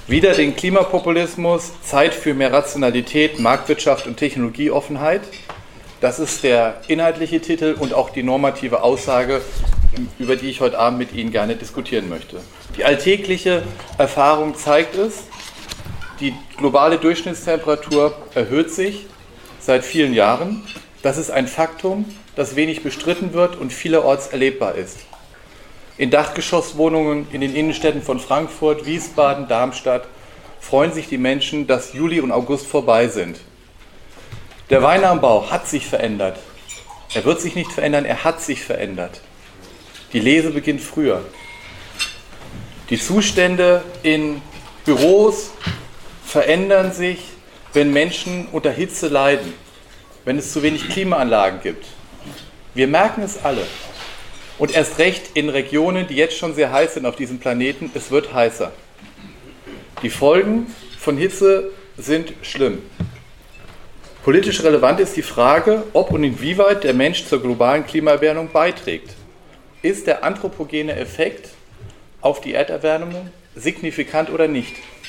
Wieder den Klimapopulismus, Zeit für mehr Rationalität, Marktwirtschaft und Technologieoffenheit. Das ist der inhaltliche Titel und auch die normative Aussage, über die ich heute Abend mit Ihnen gerne diskutieren möchte. Die alltägliche Erfahrung zeigt es, die globale Durchschnittstemperatur erhöht sich seit vielen Jahren. Das ist ein Faktum, das wenig bestritten wird und vielerorts erlebbar ist. In Dachgeschosswohnungen in den Innenstädten von Frankfurt, Wiesbaden, Darmstadt freuen sich die Menschen, dass Juli und August vorbei sind. Der Weinanbau hat sich verändert. Er wird sich nicht verändern, er hat sich verändert. Die Lese beginnt früher. Die Zustände in Büros verändern sich, wenn Menschen unter Hitze leiden, wenn es zu wenig Klimaanlagen gibt. Wir merken es alle. Und erst recht in Regionen, die jetzt schon sehr heiß sind auf diesem Planeten, es wird heißer. Die Folgen von Hitze sind schlimm. Politisch relevant ist die Frage, ob und inwieweit der Mensch zur globalen Klimaerwärmung beiträgt. Ist der anthropogene Effekt auf die Erderwärmung signifikant oder nicht?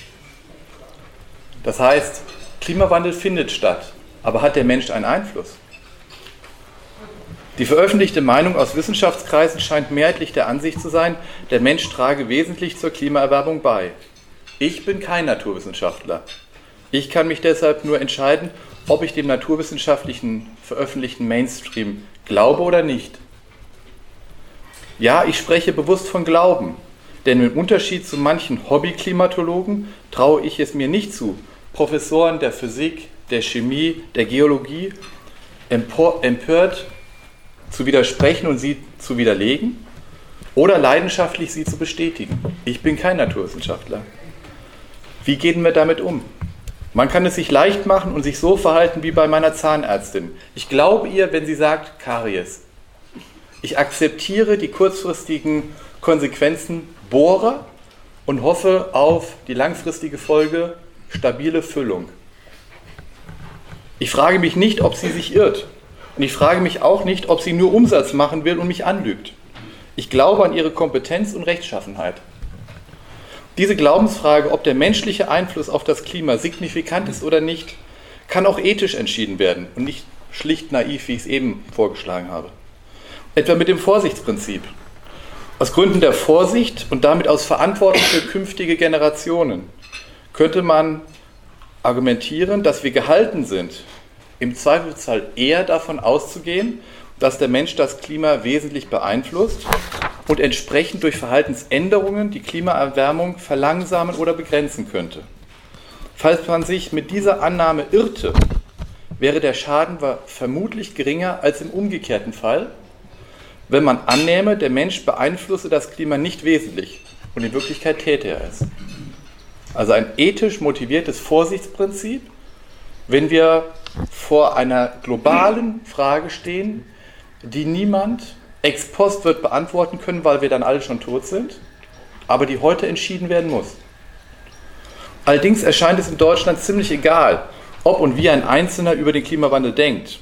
Das heißt, Klimawandel findet statt, aber hat der Mensch einen Einfluss? Die veröffentlichte Meinung aus Wissenschaftskreisen scheint mehrheitlich der Ansicht zu sein, der Mensch trage wesentlich zur Klimaerwärmung bei. Ich bin kein Naturwissenschaftler. Ich kann mich deshalb nur entscheiden, ob ich dem naturwissenschaftlichen veröffentlichten Mainstream glaube oder nicht. Ja, ich spreche bewusst von Glauben, denn im Unterschied zu manchen Hobbyklimatologen traue ich es mir nicht zu, Professoren der Physik, der Chemie, der Geologie empört zu widersprechen und sie zu widerlegen oder leidenschaftlich sie zu bestätigen. Ich bin kein Naturwissenschaftler. Wie gehen wir damit um? Man kann es sich leicht machen und sich so verhalten wie bei meiner Zahnärztin. Ich glaube ihr, wenn sie sagt, Karies. Ich akzeptiere die kurzfristigen Konsequenzen, bohre und hoffe auf die langfristige Folge, stabile Füllung. Ich frage mich nicht, ob sie sich irrt. Und ich frage mich auch nicht, ob sie nur Umsatz machen will und mich anlügt. Ich glaube an ihre Kompetenz und Rechtschaffenheit. Diese Glaubensfrage, ob der menschliche Einfluss auf das Klima signifikant ist oder nicht, kann auch ethisch entschieden werden und nicht schlicht naiv, wie ich es eben vorgeschlagen habe. Etwa mit dem Vorsichtsprinzip. Aus Gründen der Vorsicht und damit aus Verantwortung für künftige Generationen könnte man argumentieren, dass wir gehalten sind, im Zweifelsfall eher davon auszugehen, dass der Mensch das Klima wesentlich beeinflusst und entsprechend durch Verhaltensänderungen die Klimaerwärmung verlangsamen oder begrenzen könnte. Falls man sich mit dieser Annahme irrte, wäre der Schaden vermutlich geringer als im umgekehrten Fall, wenn man annähme, der Mensch beeinflusse das Klima nicht wesentlich und in Wirklichkeit täte er es. Also ein ethisch motiviertes Vorsichtsprinzip, wenn wir vor einer globalen Frage stehen, die niemand ex post wird beantworten können, weil wir dann alle schon tot sind, aber die heute entschieden werden muss. Allerdings erscheint es in Deutschland ziemlich egal, ob und wie ein Einzelner über den Klimawandel denkt.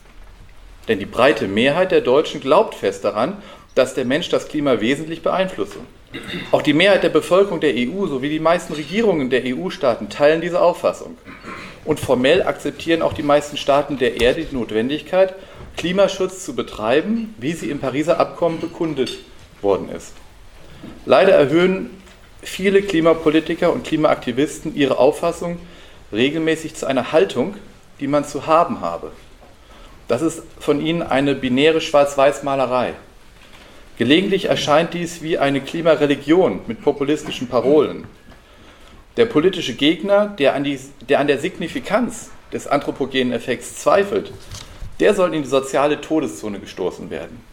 Denn die breite Mehrheit der Deutschen glaubt fest daran, dass der Mensch das Klima wesentlich beeinflusse. Auch die Mehrheit der Bevölkerung der EU sowie die meisten Regierungen der EU-Staaten teilen diese Auffassung. Und formell akzeptieren auch die meisten Staaten der Erde die Notwendigkeit, Klimaschutz zu betreiben, wie sie im Pariser Abkommen bekundet worden ist. Leider erhöhen viele Klimapolitiker und Klimaaktivisten ihre Auffassung regelmäßig zu einer Haltung, die man zu haben habe. Das ist von ihnen eine binäre Schwarz-Weiß-Malerei. Gelegentlich erscheint dies wie eine Klimareligion mit populistischen Parolen. Der politische Gegner, der an der Signifikanz des anthropogenen Effekts zweifelt, der soll in die soziale Todeszone gestoßen werden.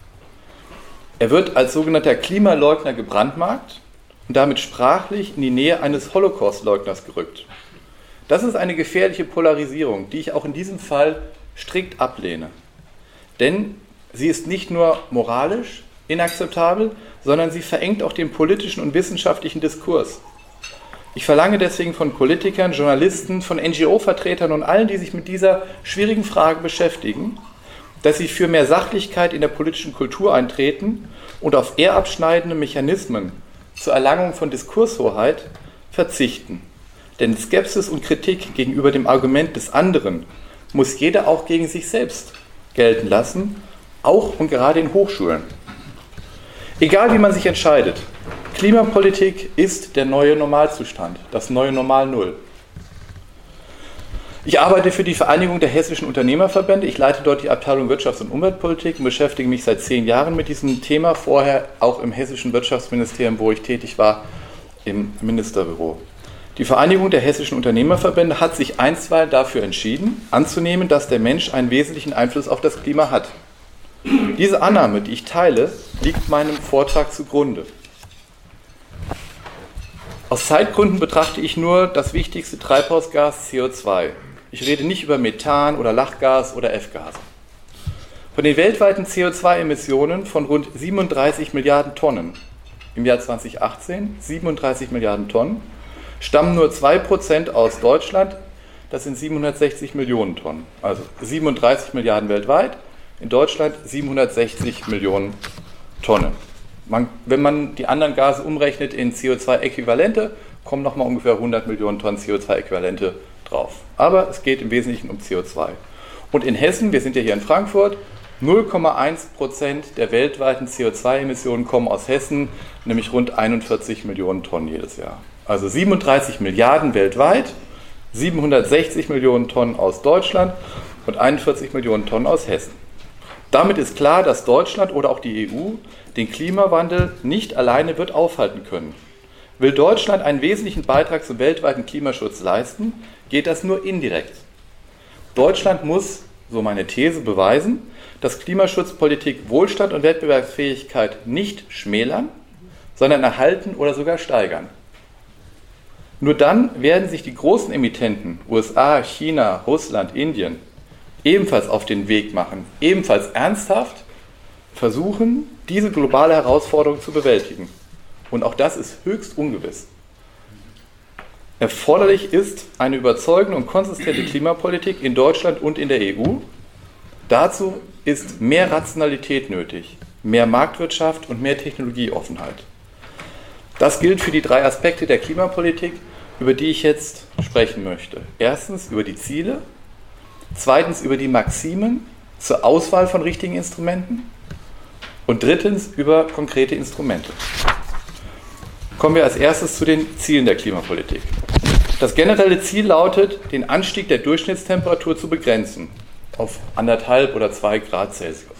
Er wird als sogenannter Klimaleugner gebrandmarkt und damit sprachlich in die Nähe eines Holocaust-Leugners gerückt. Das ist eine gefährliche Polarisierung, die ich auch in diesem Fall strikt ablehne. Denn sie ist nicht nur moralisch inakzeptabel, sondern sie verengt auch den politischen und wissenschaftlichen Diskurs. Ich verlange deswegen von Politikern, Journalisten, von NGO-Vertretern und allen, die sich mit dieser schwierigen Frage beschäftigen, dass sie für mehr Sachlichkeit in der politischen Kultur eintreten und auf ehrabschneidende Mechanismen zur Erlangung von Diskurshoheit verzichten. Denn Skepsis und Kritik gegenüber dem Argument des anderen muss jeder auch gegen sich selbst gelten lassen, auch und gerade in Hochschulen. Egal wie man sich entscheidet, Klimapolitik ist der neue Normalzustand, das neue Normal Null. Ich arbeite für die Vereinigung der hessischen Unternehmerverbände. Ich leite dort die Abteilung Wirtschafts- und Umweltpolitik und beschäftige mich seit 10 Jahren mit diesem Thema, vorher auch im hessischen Wirtschaftsministerium, wo ich tätig war, im Ministerbüro. Die Vereinigung der hessischen Unternehmerverbände hat sich einstweilen dafür entschieden, anzunehmen, dass der Mensch einen wesentlichen Einfluss auf das Klima hat. Diese Annahme, die ich teile, liegt meinem Vortrag zugrunde. Aus Zeitgründen betrachte ich nur das wichtigste Treibhausgas CO2. Ich rede nicht über Methan oder Lachgas oder F-Gase. Von den weltweiten CO2-Emissionen von rund 37 Milliarden Tonnen im Jahr 2018, 37 Milliarden Tonnen, stammen nur 2% aus Deutschland, das sind 760 Millionen Tonnen. Also 37 Milliarden weltweit, in Deutschland 760 Millionen Tonnen. Wenn man die anderen Gase umrechnet in CO2-Äquivalente, kommen nochmal ungefähr 100 Millionen Tonnen CO2-Äquivalente drauf. Aber es geht im Wesentlichen um CO2. Und in Hessen, wir sind ja hier in Frankfurt, 0,1% der weltweiten CO2-Emissionen kommen aus Hessen, nämlich rund 41 Millionen Tonnen jedes Jahr. Also 37 Milliarden weltweit, 760 Millionen Tonnen aus Deutschland und 41 Millionen Tonnen aus Hessen. Damit ist klar, dass Deutschland oder auch die EU den Klimawandel nicht alleine wird aufhalten können. Will Deutschland einen wesentlichen Beitrag zum weltweiten Klimaschutz leisten, geht das nur indirekt. Deutschland muss, so meine These, beweisen, dass Klimaschutzpolitik Wohlstand und Wettbewerbsfähigkeit nicht schmälern, sondern erhalten oder sogar steigern. Nur dann werden sich die großen Emittenten, USA, China, Russland, Indien, ebenfalls auf den Weg machen, ebenfalls ernsthaft versuchen, diese globale Herausforderung zu bewältigen. Und auch das ist höchst ungewiss. Erforderlich ist eine überzeugende und konsistente Klimapolitik in Deutschland und in der EU. Dazu ist mehr Rationalität nötig, mehr Marktwirtschaft und mehr Technologieoffenheit. Das gilt für die 3 Aspekte der Klimapolitik, über die ich jetzt sprechen möchte. Erstens über die Ziele, zweitens über die Maximen zur Auswahl von richtigen Instrumenten und drittens über konkrete Instrumente. Kommen wir als erstes zu den Zielen der Klimapolitik. Das generelle Ziel lautet, den Anstieg der Durchschnittstemperatur zu begrenzen auf 1,5 oder 2 Grad Celsius.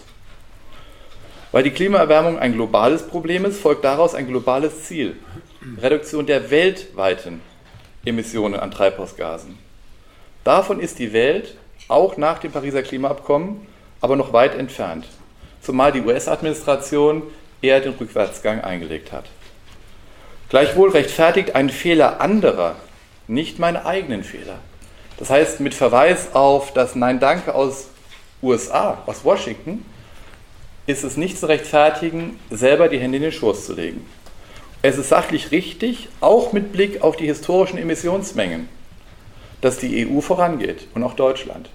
Weil die Klimaerwärmung ein globales Problem ist, folgt daraus ein globales Ziel: Reduktion der weltweiten Emissionen an Treibhausgasen. Davon ist die Welt auch nach dem Pariser Klimaabkommen aber noch weit entfernt, zumal die US-Administration eher den Rückwärtsgang eingelegt hat. Gleichwohl rechtfertigt ein Fehler anderer nicht meine eigenen Fehler. Das heißt, mit Verweis auf das Nein-Danke aus USA, aus Washington, ist es nicht zu rechtfertigen, selber die Hände in den Schoß zu legen. Es ist sachlich richtig, auch mit Blick auf die historischen Emissionsmengen, dass die EU vorangeht und auch Deutschland.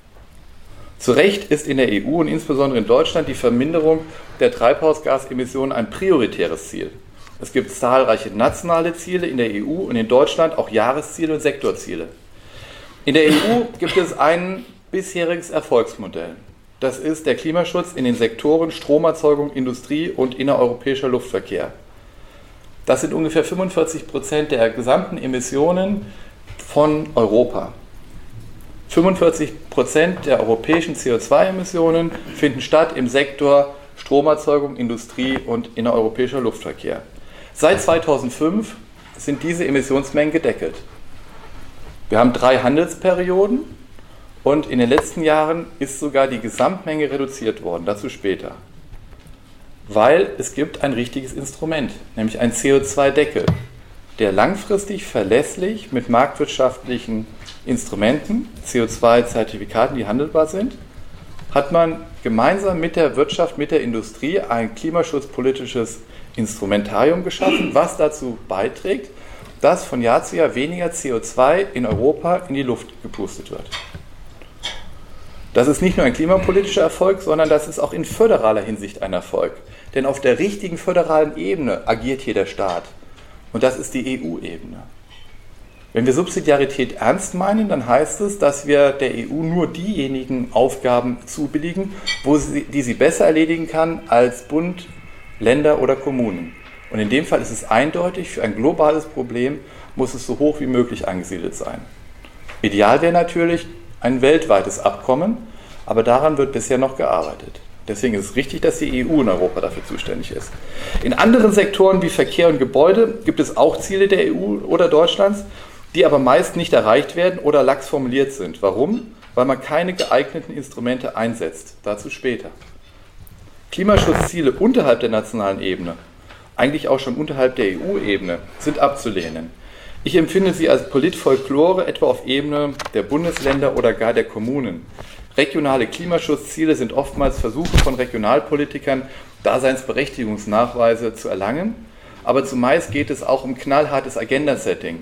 Zu Recht ist in der EU und insbesondere in Deutschland die Verminderung der Treibhausgasemissionen ein prioritäres Ziel. Es gibt zahlreiche nationale Ziele in der EU und in Deutschland auch Jahresziele und Sektorziele. In der EU gibt es ein bisheriges Erfolgsmodell. Das ist der Klimaschutz in den Sektoren Stromerzeugung, Industrie und innereuropäischer Luftverkehr. Das sind ungefähr 45% der gesamten Emissionen von Europa. 45% der europäischen CO2-Emissionen finden statt im Sektor Stromerzeugung, Industrie und innereuropäischer Luftverkehr. Seit 2005 sind diese Emissionsmengen gedeckelt. Wir haben 3 Handelsperioden und in den letzten Jahren ist sogar die Gesamtmenge reduziert worden, dazu später. Weil es gibt ein richtiges Instrument, nämlich einen CO2-Deckel, der langfristig verlässlich mit marktwirtschaftlichen Instrumenten, CO2-Zertifikaten, die handelbar sind, hat man gemeinsam mit der Wirtschaft, mit der Industrie ein klimaschutzpolitisches Instrumentarium geschaffen, was dazu beiträgt, dass von Jahr zu Jahr weniger CO2 in Europa in die Luft gepustet wird. Das ist nicht nur ein klimapolitischer Erfolg, sondern das ist auch in föderaler Hinsicht ein Erfolg. Denn auf der richtigen föderalen Ebene agiert hier der Staat. Und das ist die EU-Ebene. Wenn wir Subsidiarität ernst meinen, dann heißt es, dass wir der EU nur diejenigen Aufgaben zubilligen, die sie besser erledigen kann als Bund, Länder oder Kommunen. Und in dem Fall ist es eindeutig, für ein globales Problem muss es so hoch wie möglich angesiedelt sein. Ideal wäre natürlich ein weltweites Abkommen, aber daran wird bisher noch gearbeitet. Deswegen ist es richtig, dass die EU in Europa dafür zuständig ist. In anderen Sektoren wie Verkehr und Gebäude gibt es auch Ziele der EU oder Deutschlands, die aber meist nicht erreicht werden oder lax formuliert sind. Warum? Weil man keine geeigneten Instrumente einsetzt. Dazu später. Klimaschutzziele unterhalb der nationalen Ebene, eigentlich auch schon unterhalb der EU-Ebene, sind abzulehnen. Ich empfinde sie als Politfolklore, etwa auf Ebene der Bundesländer oder gar der Kommunen. Regionale Klimaschutzziele sind oftmals Versuche von Regionalpolitikern, Daseinsberechtigungsnachweise zu erlangen, aber zumeist geht es auch um knallhartes Agenda-Setting.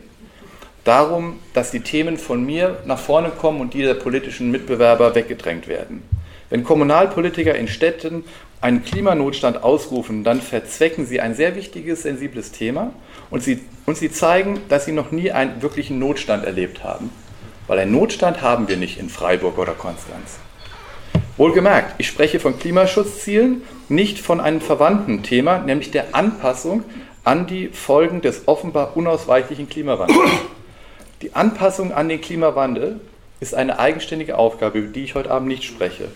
Darum, dass die Themen von mir nach vorne kommen und die der politischen Mitbewerber weggedrängt werden. Wenn Kommunalpolitiker in Städten einen Klimanotstand ausrufen, dann verzwecken sie ein sehr wichtiges, sensibles Thema und sie zeigen, dass sie noch nie einen wirklichen Notstand erlebt haben. Weil einen Notstand haben wir nicht in Freiburg oder Konstanz. Wohlgemerkt, ich spreche von Klimaschutzzielen, nicht von einem verwandten Thema, nämlich der Anpassung an die Folgen des offenbar unausweichlichen Klimawandels. Die Anpassung an den Klimawandel ist eine eigenständige Aufgabe, über die ich heute Abend nicht spreche.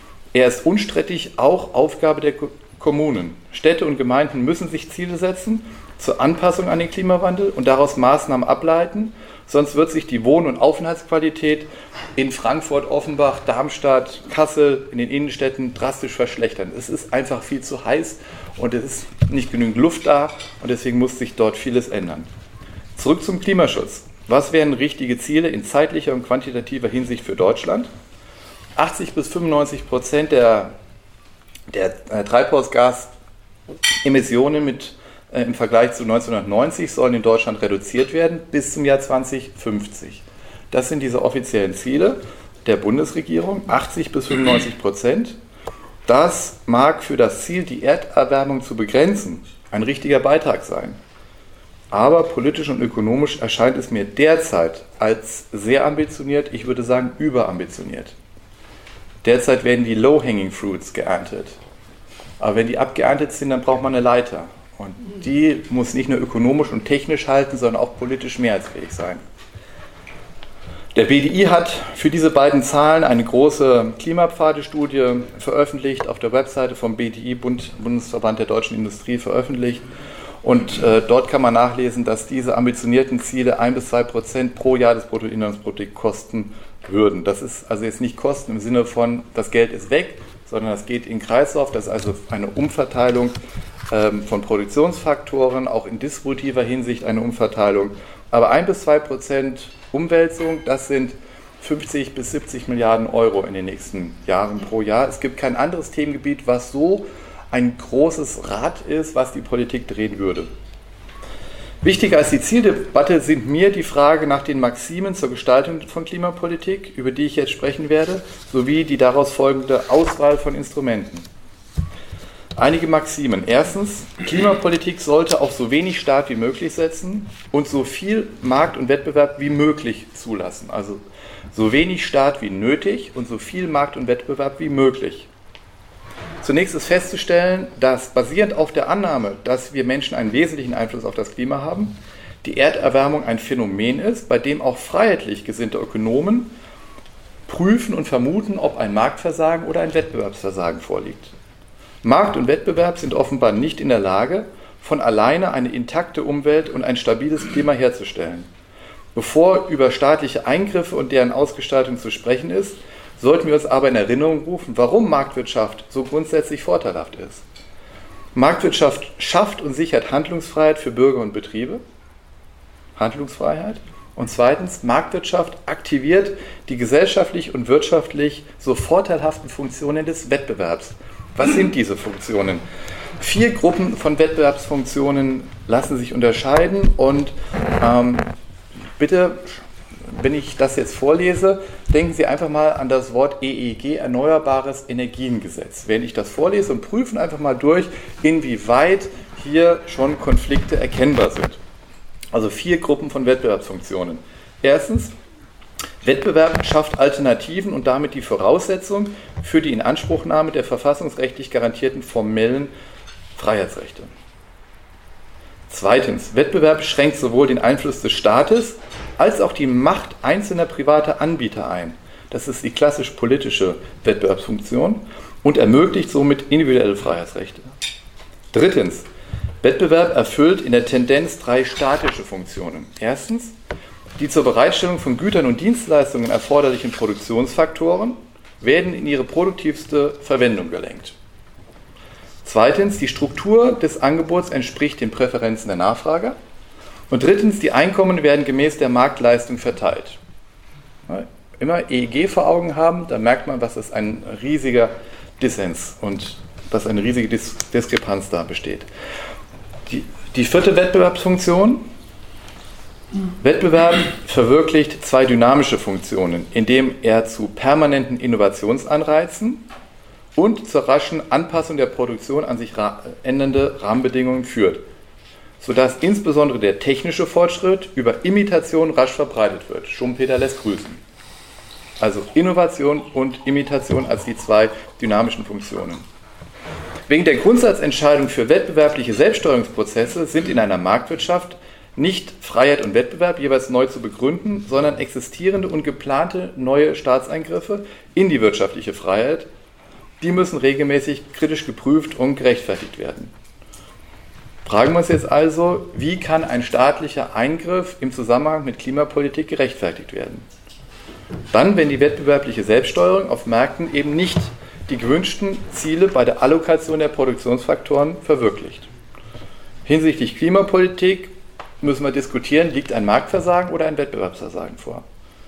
Er ist unstrittig auch Aufgabe der Kommunen. Städte und Gemeinden müssen sich Ziele setzen zur Anpassung an den Klimawandel und daraus Maßnahmen ableiten, sonst wird sich die Wohn- und Aufenthaltsqualität in Frankfurt, Offenbach, Darmstadt, Kassel, in den Innenstädten drastisch verschlechtern. Es ist einfach viel zu heiß und es ist nicht genügend Luft da und deswegen muss sich dort vieles ändern. Zurück zum Klimaschutz. Was wären richtige Ziele in zeitlicher und quantitativer Hinsicht für Deutschland? 80-95% der Treibhausgasemissionen im Vergleich zu 1990 sollen in Deutschland reduziert werden bis zum Jahr 2050. Das sind diese offiziellen Ziele der Bundesregierung, 80-95%. Das mag für das Ziel, die Erderwärmung zu begrenzen, ein richtiger Beitrag sein. Aber politisch und ökonomisch erscheint es mir derzeit als sehr ambitioniert, ich würde sagen überambitioniert. Derzeit werden die Low-Hanging Fruits geerntet. Aber wenn die abgeerntet sind, dann braucht man eine Leiter. Und die muss nicht nur ökonomisch und technisch halten, sondern auch politisch mehrheitsfähig sein. Der BDI hat für diese beiden Zahlen eine große Klimapfade-Studie veröffentlicht, auf der Webseite vom BDI, Bundesverband der deutschen Industrie, veröffentlicht. Und dort kann man nachlesen, dass diese ambitionierten Ziele 1-2% pro Jahr des Bruttoinlandsprodukts kosten würden. Das ist also jetzt nicht Kosten im Sinne von, das Geld ist weg, sondern das geht in den Kreislauf. Das ist also eine Umverteilung von Produktionsfaktoren, auch in distributiver Hinsicht eine Umverteilung. Aber 1-2% Umwälzung, das sind 50 bis 70 Milliarden Euro in den nächsten Jahren pro Jahr. Es gibt kein anderes Themengebiet, was so ein großes Rad ist, was die Politik drehen würde. Wichtiger als die Zieldebatte sind mir die Frage nach den Maximen zur Gestaltung von Klimapolitik, über die ich jetzt sprechen werde, sowie die daraus folgende Auswahl von Instrumenten. Einige Maximen. Erstens, Klimapolitik sollte auf so wenig Staat wie möglich setzen und so viel Markt und Wettbewerb wie möglich zulassen. Also so wenig Staat wie nötig und so viel Markt und Wettbewerb wie möglich. Zunächst ist festzustellen, dass basierend auf der Annahme, dass wir Menschen einen wesentlichen Einfluss auf das Klima haben, die Erderwärmung ein Phänomen ist, bei dem auch freiheitlich gesinnte Ökonomen prüfen und vermuten, ob ein Marktversagen oder ein Wettbewerbsversagen vorliegt. Markt und Wettbewerb sind offenbar nicht in der Lage, von alleine eine intakte Umwelt und ein stabiles Klima herzustellen. Bevor über staatliche Eingriffe und deren Ausgestaltung zu sprechen ist, sollten wir uns aber in Erinnerung rufen, warum Marktwirtschaft so grundsätzlich vorteilhaft ist. Marktwirtschaft schafft und sichert Handlungsfreiheit für Bürger und Betriebe. Handlungsfreiheit. Und zweitens, Marktwirtschaft aktiviert die gesellschaftlich und wirtschaftlich so vorteilhaften Funktionen des Wettbewerbs. Was sind diese Funktionen? 4 Gruppen von Wettbewerbsfunktionen lassen sich unterscheiden und bitte, wenn ich das jetzt vorlese, denken Sie einfach mal an das Wort EEG, Erneuerbares Energiengesetz. Während ich das vorlese und prüfen einfach mal durch, inwieweit hier schon Konflikte erkennbar sind. Also 4 Gruppen von Wettbewerbsfunktionen. Erstens, Wettbewerb schafft Alternativen und damit die Voraussetzung für die Inanspruchnahme der verfassungsrechtlich garantierten formellen Freiheitsrechte. Zweitens, Wettbewerb schränkt sowohl den Einfluss des Staates als auch die Macht einzelner privater Anbieter ein. Das ist die klassisch politische Wettbewerbsfunktion und ermöglicht somit individuelle Freiheitsrechte. Drittens, Wettbewerb erfüllt in der Tendenz 3 statische Funktionen. Erstens, die zur Bereitstellung von Gütern und Dienstleistungen erforderlichen Produktionsfaktoren werden in ihre produktivste Verwendung gelenkt. Zweitens, die Struktur des Angebots entspricht den Präferenzen der Nachfrager. Und drittens, die Einkommen werden gemäß der Marktleistung verteilt. Immer EEG vor Augen haben, da merkt man, was ist ein riesiger Dissens und dass eine riesige Diskrepanz da besteht. Die 4. Wettbewerbsfunktion. Wettbewerb verwirklicht 2 dynamische Funktionen, indem er zu permanenten Innovationsanreizen und zur raschen Anpassung der Produktion an sich ändernde Rahmenbedingungen führt, sodass insbesondere der technische Fortschritt über Imitation rasch verbreitet wird. Schumpeter lässt grüßen. Also Innovation und Imitation als die 2 dynamischen Funktionen. Wegen der Grundsatzentscheidung für wettbewerbliche Selbststeuerungsprozesse sind in einer Marktwirtschaft nicht Freiheit und Wettbewerb jeweils neu zu begründen, sondern existierende und geplante neue Staatseingriffe in die wirtschaftliche Freiheit, die müssen regelmäßig kritisch geprüft und gerechtfertigt werden. Fragen wir uns jetzt also, wie kann ein staatlicher Eingriff im Zusammenhang mit Klimapolitik gerechtfertigt werden? Dann, wenn die wettbewerbliche Selbststeuerung auf Märkten eben nicht die gewünschten Ziele bei der Allokation der Produktionsfaktoren verwirklicht. Hinsichtlich Klimapolitik müssen wir diskutieren, liegt ein Marktversagen oder ein Wettbewerbsversagen vor?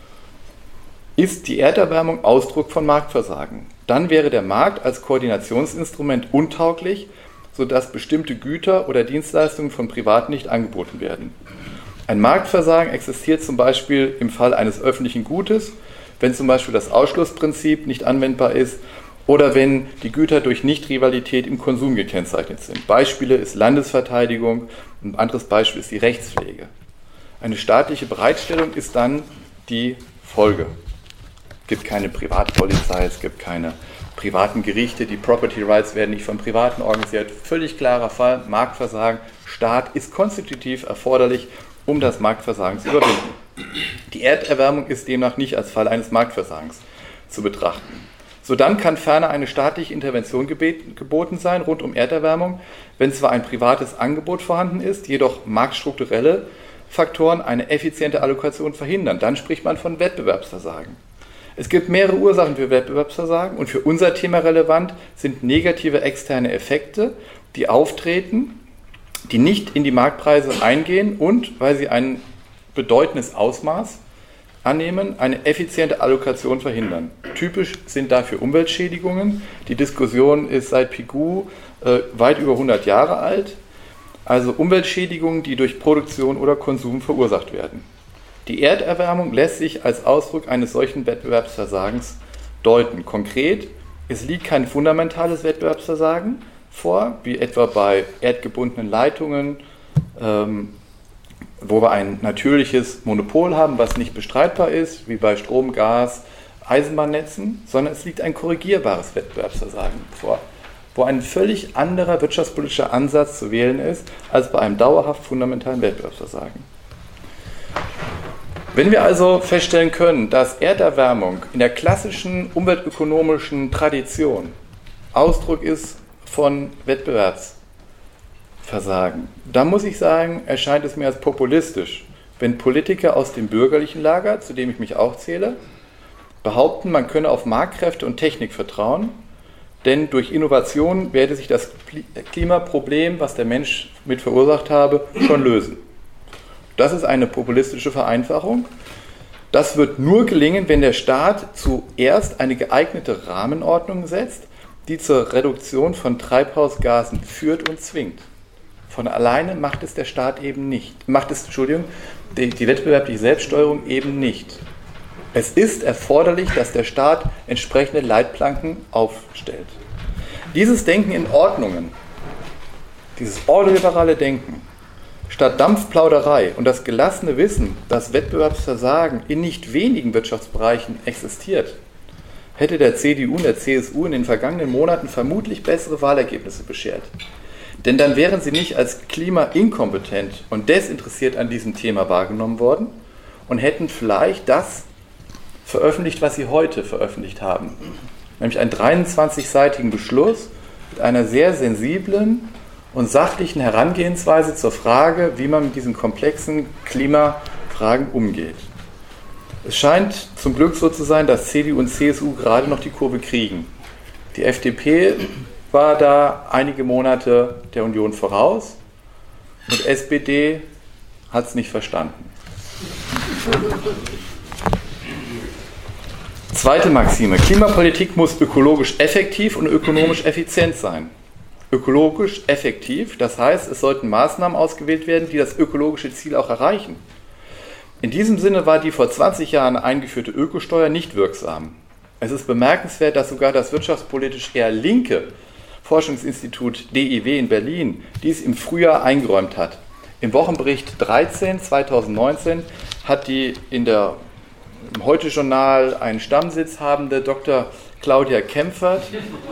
Ist die Erderwärmung Ausdruck von Marktversagen? Dann wäre der Markt als Koordinationsinstrument untauglich, sodass bestimmte Güter oder Dienstleistungen von Privaten nicht angeboten werden. Ein Marktversagen existiert zum Beispiel im Fall eines öffentlichen Gutes, wenn zum Beispiel das Ausschlussprinzip nicht anwendbar ist oder wenn die Güter durch Nichtrivalität im Konsum gekennzeichnet sind. Beispiele ist Landesverteidigung, ein anderes Beispiel ist die Rechtspflege. Eine staatliche Bereitstellung ist dann die Folge. Es gibt keine Privatpolizei, es gibt keine privaten Gerichte, die Property Rights werden nicht von Privaten organisiert. Völlig klarer Fall, Marktversagen. Staat ist konstitutiv erforderlich, um das Marktversagen zu überwinden. Die Erderwärmung ist demnach nicht als Fall eines Marktversagens zu betrachten. Sodann kann ferner eine staatliche Intervention geboten sein rund um Erderwärmung, wenn zwar ein privates Angebot vorhanden ist, jedoch marktstrukturelle Faktoren eine effiziente Allokation verhindern. Dann spricht man von Wettbewerbsversagen. Es gibt mehrere Ursachen für Wettbewerbsversagen und für unser Thema relevant sind negative externe Effekte, die auftreten, die nicht in die Marktpreise eingehen und, weil sie ein bedeutendes Ausmaß annehmen, eine effiziente Allokation verhindern. Typisch sind dafür Umweltschädigungen. Die Diskussion ist seit Pigou weit über 100 Jahre alt. Also Umweltschädigungen, die durch Produktion oder Konsum verursacht werden. Die Erderwärmung lässt sich als Ausdruck eines solchen Wettbewerbsversagens deuten. Konkret, es liegt kein fundamentales Wettbewerbsversagen vor, wie etwa bei erdgebundenen Leitungen, wo wir ein natürliches Monopol haben, was nicht bestreitbar ist, wie bei Strom, Gas, Eisenbahnnetzen, sondern es liegt ein korrigierbares Wettbewerbsversagen vor, wo ein völlig anderer wirtschaftspolitischer Ansatz zu wählen ist, als bei einem dauerhaft fundamentalen Wettbewerbsversagen. Wenn wir also feststellen können, dass Erderwärmung in der klassischen umweltökonomischen Tradition Ausdruck ist von Wettbewerbsversagen, dann muss ich sagen, erscheint es mir als populistisch, wenn Politiker aus dem bürgerlichen Lager, zu dem ich mich auch zähle, behaupten, man könne auf Marktkräfte und Technik vertrauen, denn durch Innovation werde sich das Klimaproblem, was der Mensch mit verursacht habe, schon lösen. Das ist eine populistische Vereinfachung. Das wird nur gelingen, wenn der Staat zuerst eine geeignete Rahmenordnung setzt, die zur Reduktion von Treibhausgasen führt und zwingt. Von alleine macht es der Staat eben nicht. Die wettbewerbliche Selbststeuerung eben nicht. Es ist erforderlich, dass der Staat entsprechende Leitplanken aufstellt. Dieses Denken in Ordnungen, dieses ordoliberale Denken, Statt Dampfplauderei und das gelassene Wissen, dass Wettbewerbsversagen in nicht wenigen Wirtschaftsbereichen existiert, hätte der CDU und der CSU in den vergangenen Monaten vermutlich bessere Wahlergebnisse beschert. Denn dann wären sie nicht als klimainkompetent und desinteressiert an diesem Thema wahrgenommen worden und hätten vielleicht das veröffentlicht, was sie heute veröffentlicht haben. Nämlich einen 23-seitigen Beschluss mit einer sehr sensiblen und sachlichen Herangehensweise zur Frage, wie man mit diesen komplexen Klimafragen umgeht. Es scheint zum Glück so zu sein, dass CDU und CSU gerade noch die Kurve kriegen. Die FDP war da einige Monate der Union voraus und SPD hat es nicht verstanden. Zweite Maxime: Klimapolitik muss ökologisch effektiv und ökonomisch effizient sein. Ökologisch effektiv, das heißt, es sollten Maßnahmen ausgewählt werden, die das ökologische Ziel auch erreichen. In diesem Sinne war die vor 20 Jahren eingeführte Ökosteuer nicht wirksam. Es ist bemerkenswert, dass sogar das wirtschaftspolitisch eher linke Forschungsinstitut DIW in Berlin dies im Frühjahr eingeräumt hat. Im Wochenbericht 13 2019 hat die im Heute-Journal einen Stammsitz habende Dr. Claudia Kempfert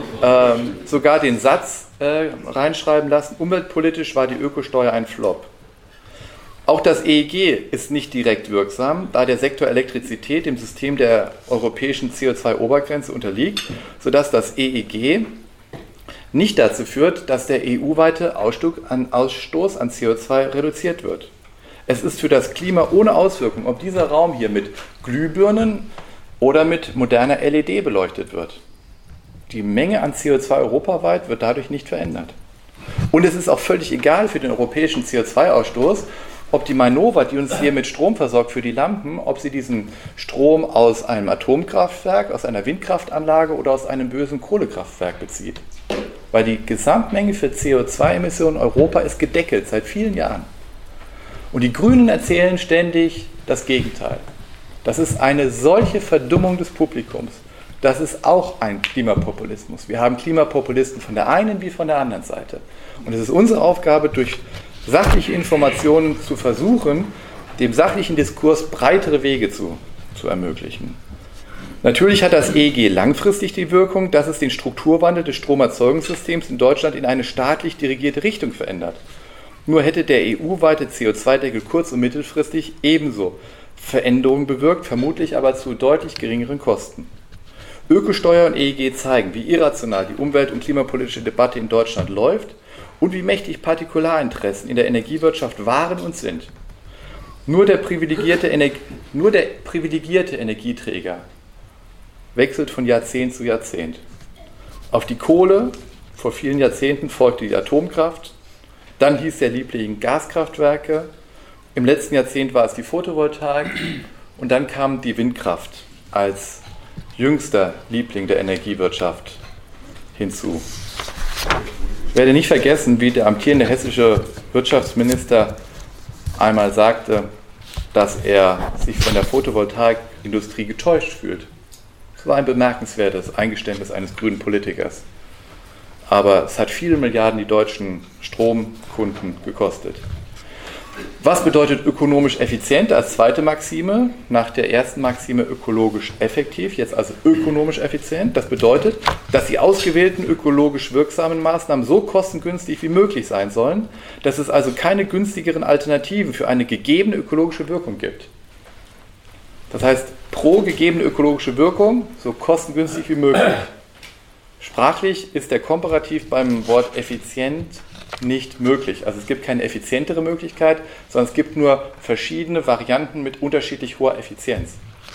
sogar den Satz reinschreiben lassen: Umweltpolitisch war die Ökosteuer ein Flop. Auch das EEG ist nicht direkt wirksam, da der Sektor Elektrizität dem System der europäischen CO2-Obergrenze unterliegt, sodass das EEG nicht dazu führt, dass der EU-weite Ausstoß an CO2 reduziert wird. Es ist für das Klima ohne Auswirkung, ob dieser Raum hier mit Glühbirnen oder mit moderner LED beleuchtet wird. Die Menge an CO2 europaweit wird dadurch nicht verändert. Und es ist auch völlig egal für den europäischen CO2-Ausstoß, ob die Mainova, die uns hier mit Strom versorgt für die Lampen, ob sie diesen Strom aus einem Atomkraftwerk, aus einer Windkraftanlage oder aus einem bösen Kohlekraftwerk bezieht. Weil die Gesamtmenge für CO2-Emissionen in Europa ist gedeckelt seit vielen Jahren. Und die Grünen erzählen ständig das Gegenteil. Das ist eine solche Verdummung des Publikums. Das ist auch ein Klimapopulismus. Wir haben Klimapopulisten von der einen wie von der anderen Seite. Und es ist unsere Aufgabe, durch sachliche Informationen zu versuchen, dem sachlichen Diskurs breitere Wege zu ermöglichen. Natürlich hat das EEG langfristig die Wirkung, dass es den Strukturwandel des Stromerzeugungssystems in Deutschland in eine staatlich dirigierte Richtung verändert. Nur hätte der EU-weite CO2-Deckel kurz- und mittelfristig ebenso Veränderungen bewirkt, vermutlich aber zu deutlich geringeren Kosten. Ökosteuer und EEG zeigen, wie irrational die umwelt- und klimapolitische Debatte in Deutschland läuft und wie mächtig Partikularinteressen in der Energiewirtschaft waren und sind. Nur der privilegierte Energieträger wechselt von Jahrzehnt zu Jahrzehnt. Auf die Kohle vor vielen Jahrzehnten folgte die Atomkraft, dann hieß der Liebling Gaskraftwerke, im letzten Jahrzehnt war es die Photovoltaik und dann kam die Windkraft als jüngster Liebling der Energiewirtschaft hinzu. Ich werde nicht vergessen, wie der amtierende hessische Wirtschaftsminister einmal sagte, dass er sich von der Photovoltaikindustrie getäuscht fühlt. Das war ein bemerkenswertes Eingeständnis eines grünen Politikers. Aber es hat viele Milliarden die deutschen Stromkunden gekostet. Was bedeutet ökonomisch effizient als zweite Maxime? Nach der ersten Maxime ökologisch effektiv, jetzt also ökonomisch effizient. Das bedeutet, dass die ausgewählten ökologisch wirksamen Maßnahmen so kostengünstig wie möglich sein sollen, dass es also keine günstigeren Alternativen für eine gegebene ökologische Wirkung gibt. Das heißt, pro gegebene ökologische Wirkung so kostengünstig wie möglich. Sprachlich ist der Komparativ beim Wort effizient nicht möglich. Also es gibt keine effizientere Möglichkeit, sondern es gibt nur verschiedene Varianten mit unterschiedlich hoher Effizienz.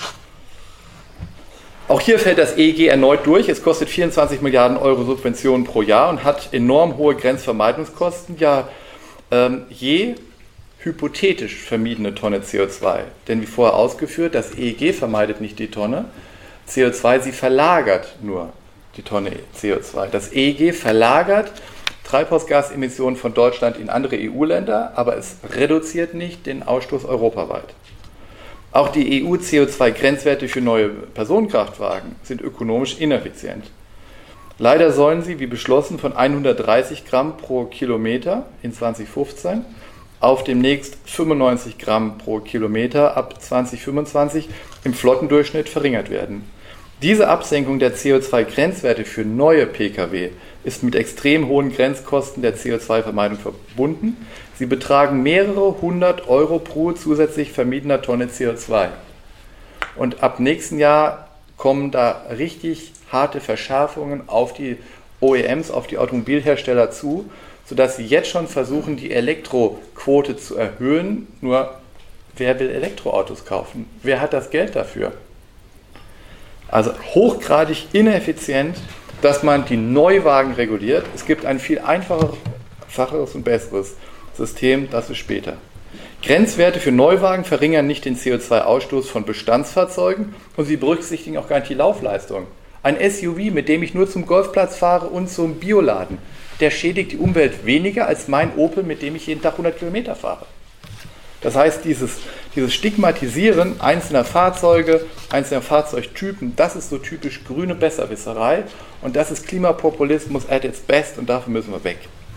Auch hier fällt das EEG erneut durch. Es kostet 24 Milliarden Euro Subventionen pro Jahr und hat enorm hohe Grenzvermeidungskosten, ja je hypothetisch vermiedene Tonne CO2. Denn wie vorher ausgeführt, das EEG vermeidet nicht die Tonne CO2, sie verlagert nur die Tonne CO2. Das EEG verlagert Treibhausgasemissionen von Deutschland in andere EU-Länder, aber es reduziert nicht den Ausstoß europaweit. Auch die EU-CO2-Grenzwerte für neue Personenkraftwagen sind ökonomisch ineffizient. Leider sollen sie, wie beschlossen, von 130 Gramm pro Kilometer in 2015 auf demnächst 95 Gramm pro Kilometer ab 2025 im Flottendurchschnitt verringert werden. Diese Absenkung der CO2-Grenzwerte für neue Pkw ist mit extrem hohen Grenzkosten der CO2-Vermeidung verbunden. Sie betragen mehrere hundert Euro pro zusätzlich vermiedener Tonne CO2. Und ab nächsten Jahr kommen da richtig harte Verschärfungen auf die OEMs, auf die Automobilhersteller zu, sodass sie jetzt schon versuchen, die Elektroquote zu erhöhen. Nur, wer will Elektroautos kaufen? Wer hat das Geld dafür? Also hochgradig ineffizient, dass man die Neuwagen reguliert. Es gibt ein viel einfacheres und besseres System, das ist später. Grenzwerte für Neuwagen verringern nicht den CO2-Ausstoß von Bestandsfahrzeugen und sie berücksichtigen auch gar nicht die Laufleistung. Ein SUV, mit dem ich nur zum Golfplatz fahre und zum Bioladen, der schädigt die Umwelt weniger als mein Opel, mit dem ich jeden Tag 100 Kilometer fahre. Das heißt, dieses Stigmatisieren einzelner Fahrzeuge, einzelner Fahrzeugtypen, das ist so typisch grüne Besserwisserei und das ist Klimapopulismus at its best und dafür müssen wir weg.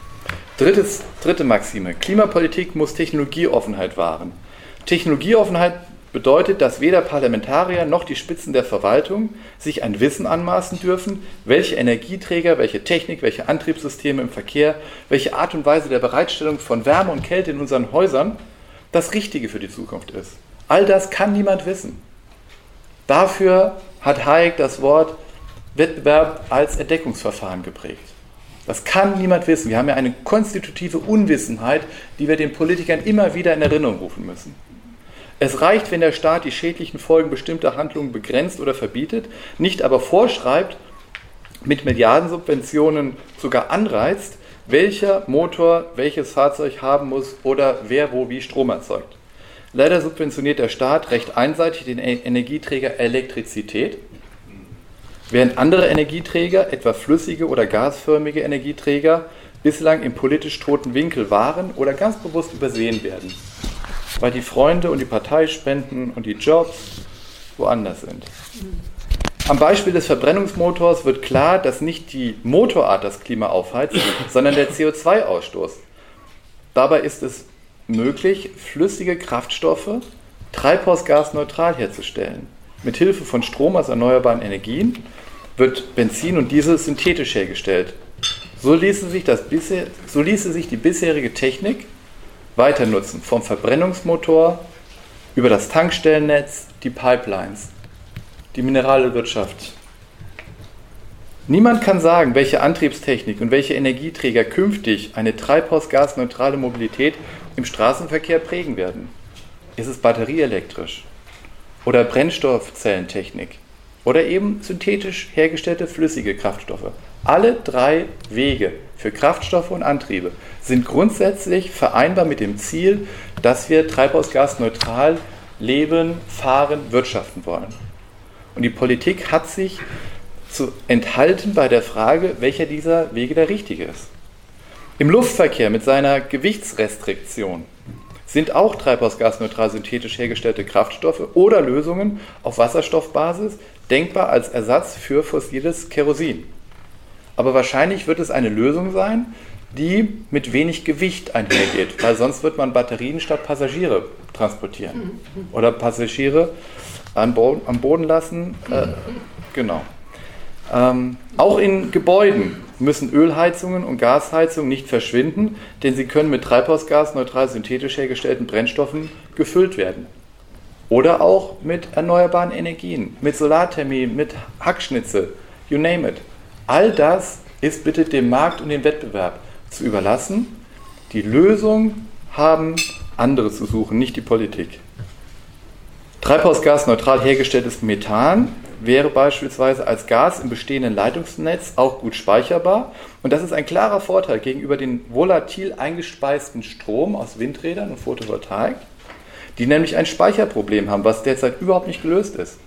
Dritte Maxime. Klimapolitik muss Technologieoffenheit wahren. Technologieoffenheit bedeutet, dass weder Parlamentarier noch die Spitzen der Verwaltung sich ein Wissen anmaßen dürfen, welche Energieträger, welche Technik, welche Antriebssysteme im Verkehr, welche Art und Weise der Bereitstellung von Wärme und Kälte in unseren Häusern das Richtige für die Zukunft ist. All das kann niemand wissen. Dafür hat Hayek das Wort Wettbewerb als Entdeckungsverfahren geprägt. Das kann niemand wissen. Wir haben ja eine konstitutive Unwissenheit, die wir den Politikern immer wieder in Erinnerung rufen müssen. Es reicht, wenn der Staat die schädlichen Folgen bestimmter Handlungen begrenzt oder verbietet, nicht aber vorschreibt, mit Milliardensubventionen sogar anreizt, welcher Motor welches Fahrzeug haben muss oder wer wo wie Strom erzeugt. Leider subventioniert der Staat recht einseitig den Energieträger Elektrizität, während andere Energieträger, etwa flüssige oder gasförmige Energieträger, bislang im politisch toten Winkel waren oder ganz bewusst übersehen werden, weil die Freunde und die Parteispenden und die Jobs woanders sind. Am Beispiel des Verbrennungsmotors wird klar, dass nicht die Motorart das Klima aufheizt, sondern der CO2-Ausstoß. Dabei ist es möglich, flüssige Kraftstoffe treibhausgasneutral herzustellen. Mit Hilfe von Strom aus erneuerbaren Energien wird Benzin und Diesel synthetisch hergestellt. So ließe sich die bisherige Technik weiter nutzen, vom Verbrennungsmotor über das Tankstellennetz, die Pipelines, die Mineralwirtschaft. Niemand kann sagen, welche Antriebstechnik und welche Energieträger künftig eine treibhausgasneutrale Mobilität im Straßenverkehr prägen werden. Ist es batterieelektrisch oder Brennstoffzellentechnik oder eben synthetisch hergestellte flüssige Kraftstoffe? Alle drei Wege für Kraftstoffe und Antriebe sind grundsätzlich vereinbar mit dem Ziel, dass wir treibhausgasneutral leben, fahren, wirtschaften wollen. Und die Politik hat sich zu enthalten bei der Frage, welcher dieser Wege der richtige ist. Im Luftverkehr mit seiner Gewichtsrestriktion sind auch treibhausgasneutral synthetisch hergestellte Kraftstoffe oder Lösungen auf Wasserstoffbasis denkbar als Ersatz für fossiles Kerosin. Aber wahrscheinlich wird es eine Lösung sein, die mit wenig Gewicht einhergeht, weil sonst wird man Batterien statt Passagiere transportieren oder Passagiere am Boden lassen. Genau. Auch in Gebäuden müssen Ölheizungen und Gasheizungen nicht verschwinden, denn sie können mit treibhausgasneutral synthetisch hergestellten Brennstoffen gefüllt werden. Oder auch mit erneuerbaren Energien, mit Solarthermie, mit Hackschnitzel, you name it. All das ist bitte dem Markt und dem Wettbewerb zu überlassen. Die Lösung haben andere zu suchen, nicht die Politik. Treibhausgasneutral hergestelltes Methan wäre beispielsweise als Gas im bestehenden Leitungsnetz auch gut speicherbar. Und das ist ein klarer Vorteil gegenüber dem volatil eingespeisten Strom aus Windrädern und Photovoltaik, die nämlich ein Speicherproblem haben, was derzeit überhaupt nicht gelöst ist.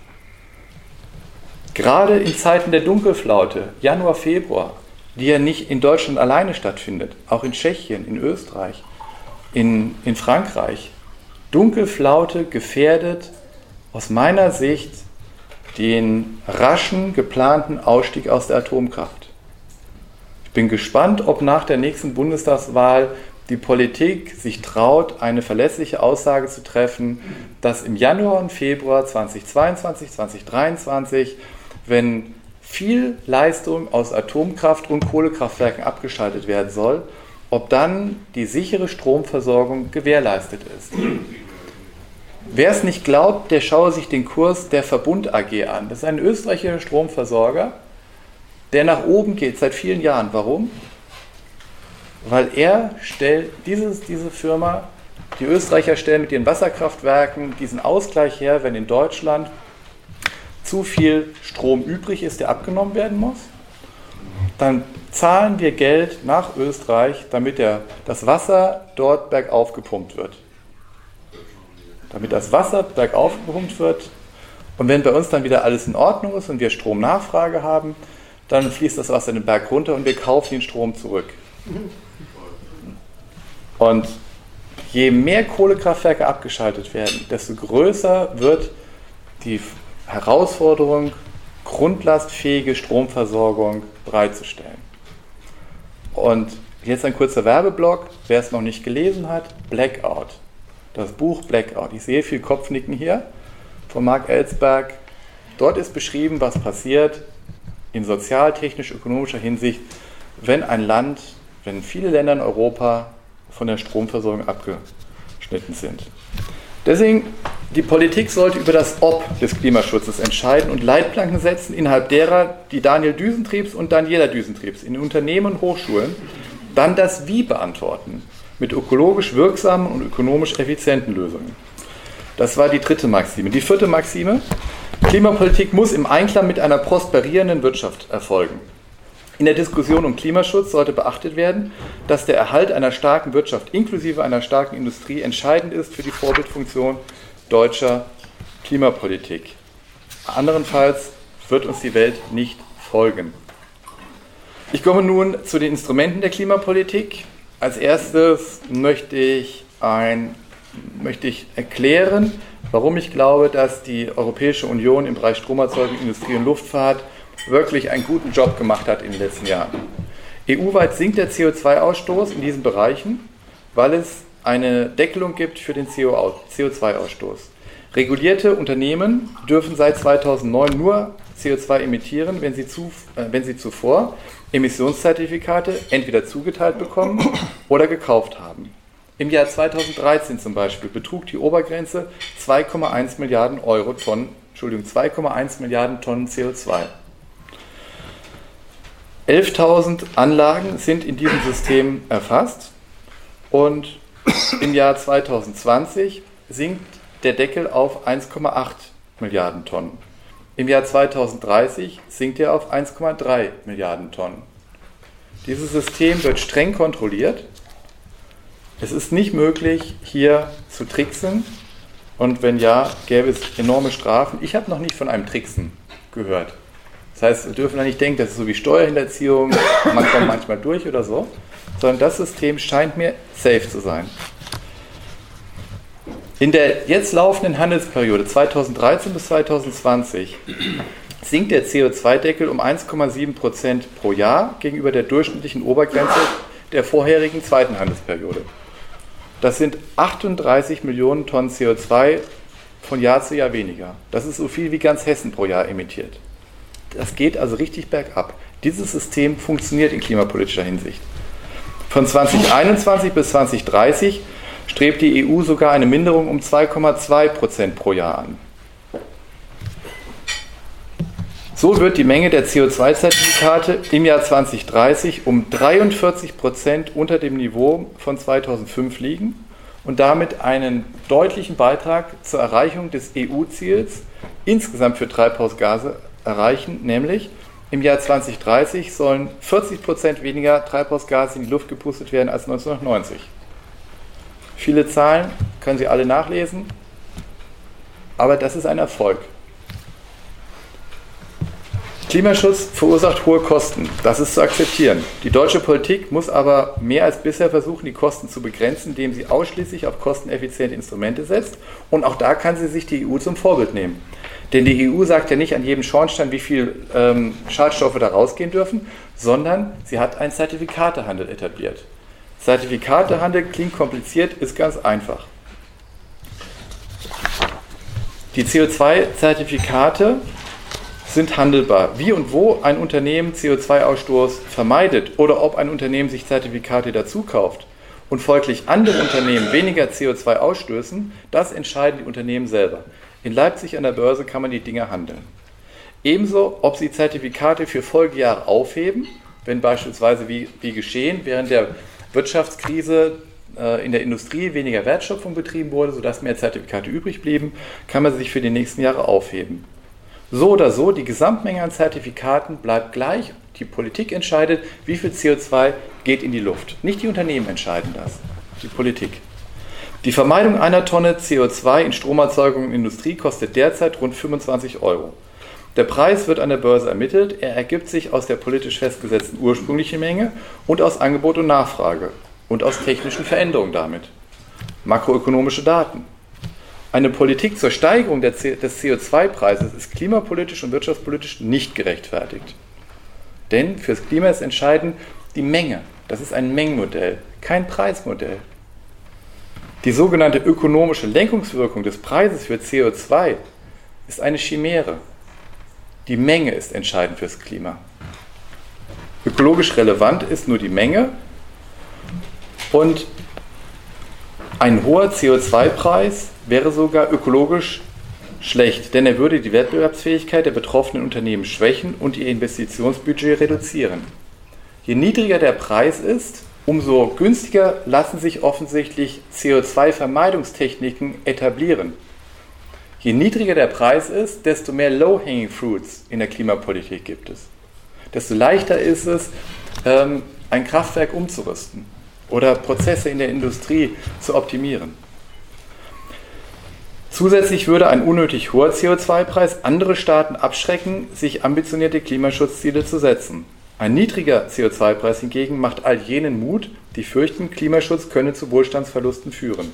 Gerade in Zeiten der Dunkelflaute, Januar, Februar, die ja nicht in Deutschland alleine stattfindet, auch in Tschechien, in Österreich, in Frankreich. Dunkelflaute gefährdet aus meiner Sicht den raschen geplanten Ausstieg aus der Atomkraft. Ich bin gespannt, ob nach der nächsten Bundestagswahl die Politik sich traut, eine verlässliche Aussage zu treffen, dass im Januar und Februar 2022, 2023, wenn viel Leistung aus Atomkraft und Kohlekraftwerken abgeschaltet werden soll, ob dann die sichere Stromversorgung gewährleistet ist. Wer es nicht glaubt, der schaue sich den Kurs der Verbund AG an. Das ist ein österreichischer Stromversorger, der nach oben geht seit vielen Jahren. Warum? Weil er stellt, diese Firma, die Österreicher stellen mit ihren Wasserkraftwerken diesen Ausgleich her, wenn in Deutschland zu viel Strom übrig ist, der abgenommen werden muss. Dann zahlen wir Geld nach Österreich, damit das Wasser dort bergauf gepumpt wird. Damit das Wasser bergauf gepumpt wird und wenn bei uns dann wieder alles in Ordnung ist und wir Stromnachfrage haben, dann fließt das Wasser den Berg runter und wir kaufen den Strom zurück. Und je mehr Kohlekraftwerke abgeschaltet werden, desto größer wird die Herausforderung, grundlastfähige Stromversorgung bereitzustellen. Und jetzt ein kurzer Werbeblock, wer es noch nicht gelesen hat, Blackout. Das Buch Blackout. Ich sehe viel Kopfnicken hier von Mark Ellsberg. Dort ist beschrieben, was passiert in sozial-technisch-ökonomischer Hinsicht, wenn viele Länder in Europa von der Stromversorgung abgeschnitten sind. Deswegen, die Politik sollte über das Ob des Klimaschutzes entscheiden und Leitplanken setzen, innerhalb derer die Daniel Düsentriebs und Daniela Düsentriebs in Unternehmen und Hochschulen dann das Wie beantworten, mit ökologisch wirksamen und ökonomisch effizienten Lösungen. Das war die dritte Maxime. Die vierte Maxime: Klimapolitik muss im Einklang mit einer prosperierenden Wirtschaft erfolgen. In der Diskussion um Klimaschutz sollte beachtet werden, dass der Erhalt einer starken Wirtschaft inklusive einer starken Industrie entscheidend ist für die Vorbildfunktion deutscher Klimapolitik. Anderenfalls wird uns die Welt nicht folgen. Ich komme nun zu den Instrumenten der Klimapolitik. Als erstes möchte ich erklären, warum ich glaube, dass die Europäische Union im Bereich Stromerzeugung, Industrie und Luftfahrt wirklich einen guten Job gemacht hat in den letzten Jahren. EU-weit sinkt der CO2-Ausstoß in diesen Bereichen, weil es eine Deckelung gibt für den CO2-Ausstoß. Regulierte Unternehmen dürfen seit 2009 nur CO2 emittieren, wenn sie zuvor Emissionszertifikate entweder zugeteilt bekommen oder gekauft haben. Im Jahr 2013 zum Beispiel betrug die Obergrenze 2,1 Milliarden Tonnen CO2. 11.000 Anlagen sind in diesem System erfasst und im Jahr 2020 sinkt der Deckel auf 1,8 Milliarden Tonnen. Im Jahr 2030 sinkt er auf 1,3 Milliarden Tonnen. Dieses System wird streng kontrolliert. Es ist nicht möglich, hier zu tricksen. Und wenn ja, gäbe es enorme Strafen. Ich habe noch nicht von einem Tricksen gehört. Das heißt, wir dürfen da nicht denken, das ist so wie Steuerhinterziehung, man kommt manchmal durch oder so, sondern das System scheint mir safe zu sein. In der jetzt laufenden Handelsperiode 2013 bis 2020 sinkt der CO2-Deckel um 1,7% pro Jahr gegenüber der durchschnittlichen Obergrenze der vorherigen zweiten Handelsperiode. Das sind 38 Millionen Tonnen CO2 von Jahr zu Jahr weniger. Das ist so viel wie ganz Hessen pro Jahr emittiert. Das geht also richtig bergab. Dieses System funktioniert in klimapolitischer Hinsicht. Von 2021 bis 2030 strebt die EU sogar eine Minderung um 2,2% pro Jahr an. So wird die Menge der CO2-Zertifikate im Jahr 2030 um 43% unter dem Niveau von 2005 liegen und damit einen deutlichen Beitrag zur Erreichung des EU-Ziels insgesamt für Treibhausgase erreichen, nämlich im Jahr 2030 sollen 40% weniger Treibhausgase in die Luft gepustet werden als 1990. Viele Zahlen können Sie alle nachlesen, aber das ist ein Erfolg. Klimaschutz verursacht hohe Kosten, das ist zu akzeptieren. Die deutsche Politik muss aber mehr als bisher versuchen, die Kosten zu begrenzen, indem sie ausschließlich auf kosteneffiziente Instrumente setzt. Und auch da kann sie sich die EU zum Vorbild nehmen. Denn die EU sagt ja nicht an jedem Schornstein, wie viel Schadstoffe da rausgehen dürfen, sondern sie hat einen Zertifikatehandel etabliert. Zertifikatehandel klingt kompliziert, ist ganz einfach. Die CO2-Zertifikate sind handelbar. Wie und wo ein Unternehmen CO2-Ausstoß vermeidet oder ob ein Unternehmen sich Zertifikate dazu kauft und folglich andere Unternehmen weniger CO2 ausstößen, das entscheiden die Unternehmen selber. In Leipzig an der Börse kann man die Dinge handeln. Ebenso, ob sie Zertifikate für Folgejahre aufheben, wenn beispielsweise wie geschehen während der Wirtschaftskrise in der Industrie weniger Wertschöpfung betrieben wurde, sodass mehr Zertifikate übrig blieben, kann man sich für die nächsten Jahre aufheben. So oder so, die Gesamtmenge an Zertifikaten bleibt gleich. Die Politik entscheidet, wie viel CO2 geht in die Luft. Nicht die Unternehmen entscheiden das, die Politik. Die Vermeidung einer Tonne CO2 in Stromerzeugung und Industrie kostet derzeit rund 25 Euro. Der Preis wird an der Börse ermittelt. Er ergibt sich aus der politisch festgesetzten ursprünglichen Menge und aus Angebot und Nachfrage und aus technischen Veränderungen damit. Makroökonomische Daten. Eine Politik zur Steigerung des CO2-Preises ist klimapolitisch und wirtschaftspolitisch nicht gerechtfertigt. Denn fürs Klima ist entscheidend die Menge. Das ist ein Mengenmodell, kein Preismodell. Die sogenannte ökonomische Lenkungswirkung des Preises für CO2 ist eine Chimäre. Die Menge ist entscheidend fürs Klima. Ökologisch relevant ist nur die Menge und ein hoher CO2-Preis wäre sogar ökologisch schlecht, denn er würde die Wettbewerbsfähigkeit der betroffenen Unternehmen schwächen und ihr Investitionsbudget reduzieren. Je niedriger der Preis ist, umso günstiger lassen sich offensichtlich CO2-Vermeidungstechniken etablieren. Je niedriger der Preis ist, desto mehr Low-Hanging Fruits in der Klimapolitik gibt es. Desto leichter ist es, ein Kraftwerk umzurüsten oder Prozesse in der Industrie zu optimieren. Zusätzlich würde ein unnötig hoher CO2-Preis andere Staaten abschrecken, sich ambitionierte Klimaschutzziele zu setzen. Ein niedriger CO2-Preis hingegen macht all jenen Mut, die fürchten, Klimaschutz könne zu Wohlstandsverlusten führen.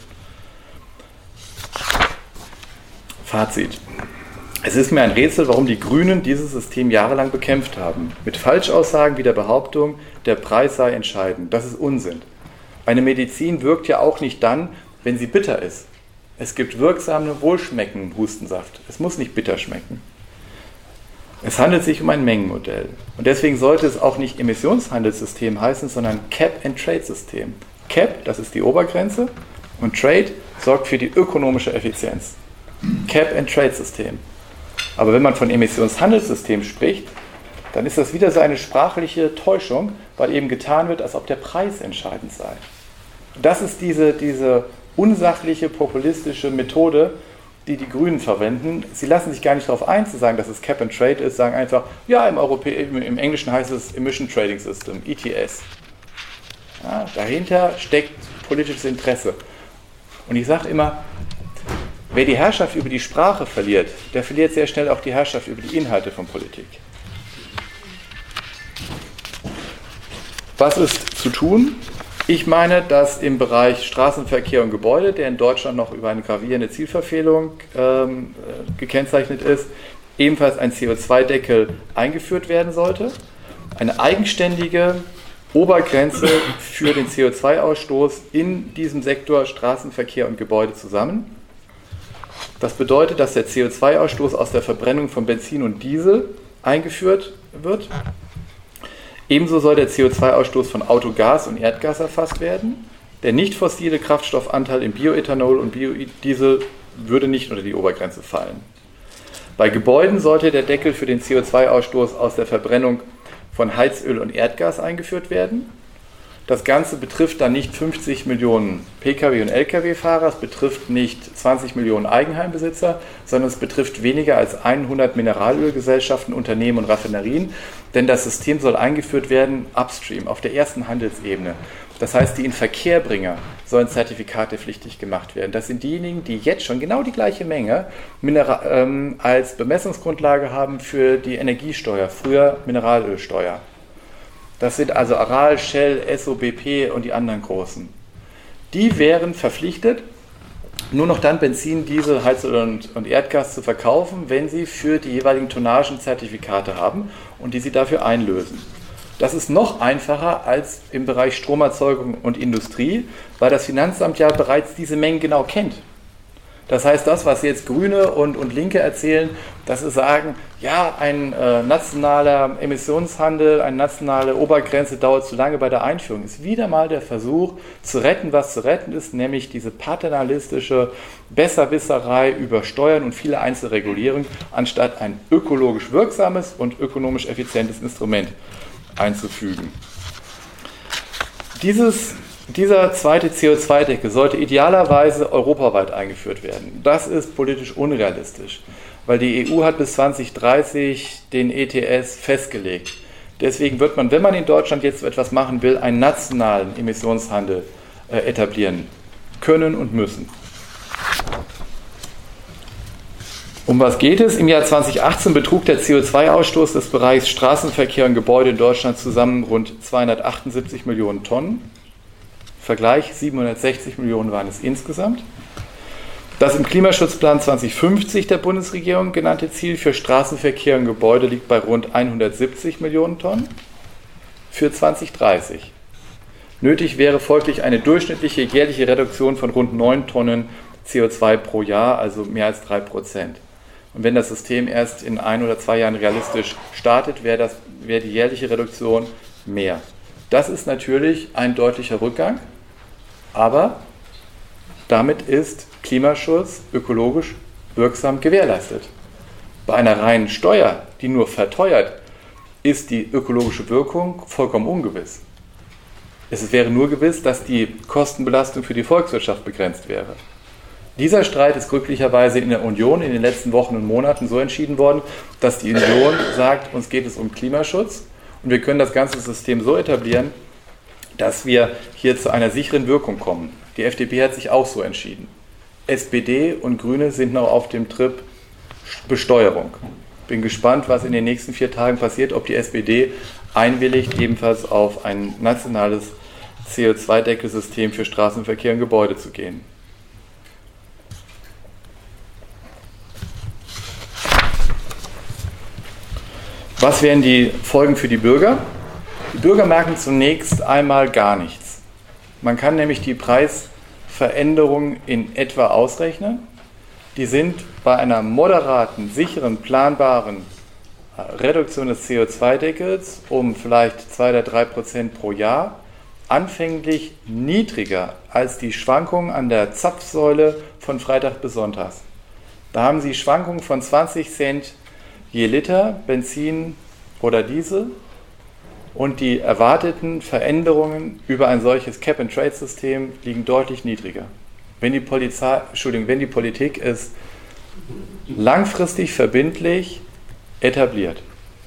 Fazit. Es ist mir ein Rätsel, warum die Grünen dieses System jahrelang bekämpft haben. Mit Falschaussagen wie der Behauptung, der Preis sei entscheidend. Das ist Unsinn. Eine Medizin wirkt ja auch nicht dann, wenn sie bitter ist. Es gibt wirksamen, wohlschmeckenden Hustensaft. Es muss nicht bitter schmecken. Es handelt sich um ein Mengenmodell. Und deswegen sollte es auch nicht Emissionshandelssystem heißen, sondern Cap-and-Trade-System. Cap, das ist die Obergrenze, und Trade sorgt für die ökonomische Effizienz. Cap-and-Trade-System. Aber wenn man von Emissionshandelssystem spricht, dann ist das wieder so eine sprachliche Täuschung, weil eben getan wird, als ob der Preis entscheidend sei. Das ist diese unsachliche, populistische Methode, die die Grünen verwenden. Sie lassen sich gar nicht darauf ein, zu sagen, dass es Cap and Trade ist, sagen einfach, ja, im Englischen heißt es Emission Trading System, ETS. Ja, dahinter steckt politisches Interesse. Und ich sage immer, wer die Herrschaft über die Sprache verliert, der verliert sehr schnell auch die Herrschaft über die Inhalte von Politik. Was ist zu tun? Ich meine, dass im Bereich Straßenverkehr und Gebäude, der in Deutschland noch über eine gravierende Zielverfehlung gekennzeichnet ist, ebenfalls ein CO2-Deckel eingeführt werden sollte. Eine eigenständige Obergrenze für den CO2-Ausstoß in diesem Sektor Straßenverkehr und Gebäude zusammen. Das bedeutet, dass der CO2-Ausstoß aus der Verbrennung von Benzin und Diesel eingeführt wird. Ebenso soll der CO2-Ausstoß von Autogas und Erdgas erfasst werden. Der nicht fossile Kraftstoffanteil im Bioethanol und Biodiesel würde nicht unter die Obergrenze fallen. Bei Gebäuden sollte der Deckel für den CO2-Ausstoß aus der Verbrennung von Heizöl und Erdgas eingeführt werden. Das Ganze betrifft dann nicht 50 Millionen Pkw- und Lkw-Fahrer, es betrifft nicht 20 Millionen Eigenheimbesitzer, sondern es betrifft weniger als 100 Mineralölgesellschaften, Unternehmen und Raffinerien, denn das System soll eingeführt werden upstream, auf der ersten Handelsebene. Das heißt, die Inverkehrbringer sollen zertifikatepflichtig gemacht werden. Das sind diejenigen, die jetzt schon genau die gleiche Menge als Bemessungsgrundlage haben für die Energiesteuer, früher Mineralölsteuer. Das sind also Aral, Shell, Esso, BP und die anderen Großen. Die wären verpflichtet, nur noch dann Benzin, Diesel, Heizöl und Erdgas zu verkaufen, wenn sie für die jeweiligen Tonnagen Zertifikate haben und die sie dafür einlösen. Das ist noch einfacher als im Bereich Stromerzeugung und Industrie, weil das Finanzamt ja bereits diese Mengen genau kennt. Das heißt, das, was jetzt Grüne und Linke erzählen, dass sie sagen, ja, ein nationaler Emissionshandel, eine nationale Obergrenze dauert zu lange bei der Einführung, ist wieder mal der Versuch zu retten, was zu retten ist, nämlich diese paternalistische Besserwisserei über Steuern und viele Einzelregulierungen, anstatt ein ökologisch wirksames und ökonomisch effizientes Instrument einzufügen. Dieser zweite CO2-Deckel sollte idealerweise europaweit eingeführt werden. Das ist politisch unrealistisch, weil die EU hat bis 2030 den ETS festgelegt. Deswegen wird man, wenn man in Deutschland jetzt etwas machen will, einen nationalen Emissionshandel etablieren können und müssen. Um was geht es? Im Jahr 2018 betrug der CO2-Ausstoß des Bereichs Straßenverkehr und Gebäude in Deutschland zusammen rund 278 Millionen Tonnen. Vergleich, 760 Millionen waren es insgesamt. Das im Klimaschutzplan 2050 der Bundesregierung genannte Ziel für Straßenverkehr und Gebäude liegt bei rund 170 Millionen Tonnen für 2030. Nötig wäre folglich eine durchschnittliche jährliche Reduktion von rund 9 Tonnen CO2 pro Jahr, also mehr als 3%. Und wenn das System erst in 1 oder 2 Jahren realistisch startet, wäre die jährliche Reduktion mehr. Das ist natürlich ein deutlicher Rückgang, aber damit ist Klimaschutz ökologisch wirksam gewährleistet. Bei einer reinen Steuer, die nur verteuert, ist die ökologische Wirkung vollkommen ungewiss. Es wäre nur gewiss, dass die Kostenbelastung für die Volkswirtschaft begrenzt wäre. Dieser Streit ist glücklicherweise in der Union in den letzten Wochen und Monaten so entschieden worden, dass die Union sagt, uns geht es um Klimaschutz und wir können das ganze System so etablieren, dass wir hier zu einer sicheren Wirkung kommen. Die FDP hat sich auch so entschieden. SPD und Grüne sind noch auf dem Trip Besteuerung. Bin gespannt, was in den nächsten 4 Tagen passiert, ob die SPD einwilligt, ebenfalls auf ein nationales CO2-Deckelsystem für Straßenverkehr und Gebäude zu gehen. Was wären die Folgen für die Bürger? Die Bürger merken zunächst einmal gar nichts. Man kann nämlich die Preisveränderungen in etwa ausrechnen. Die sind bei einer moderaten, sicheren, planbaren Reduktion des CO2-Deckels um vielleicht 2 oder 3% pro Jahr anfänglich niedriger als die Schwankungen an der Zapfsäule von Freitag bis Sonntags. Da haben Sie Schwankungen von 20 Cent je Liter Benzin oder Diesel und die erwarteten Veränderungen über ein solches Cap-and-Trade-System liegen deutlich niedriger. Wenn die Politik es langfristig verbindlich etabliert.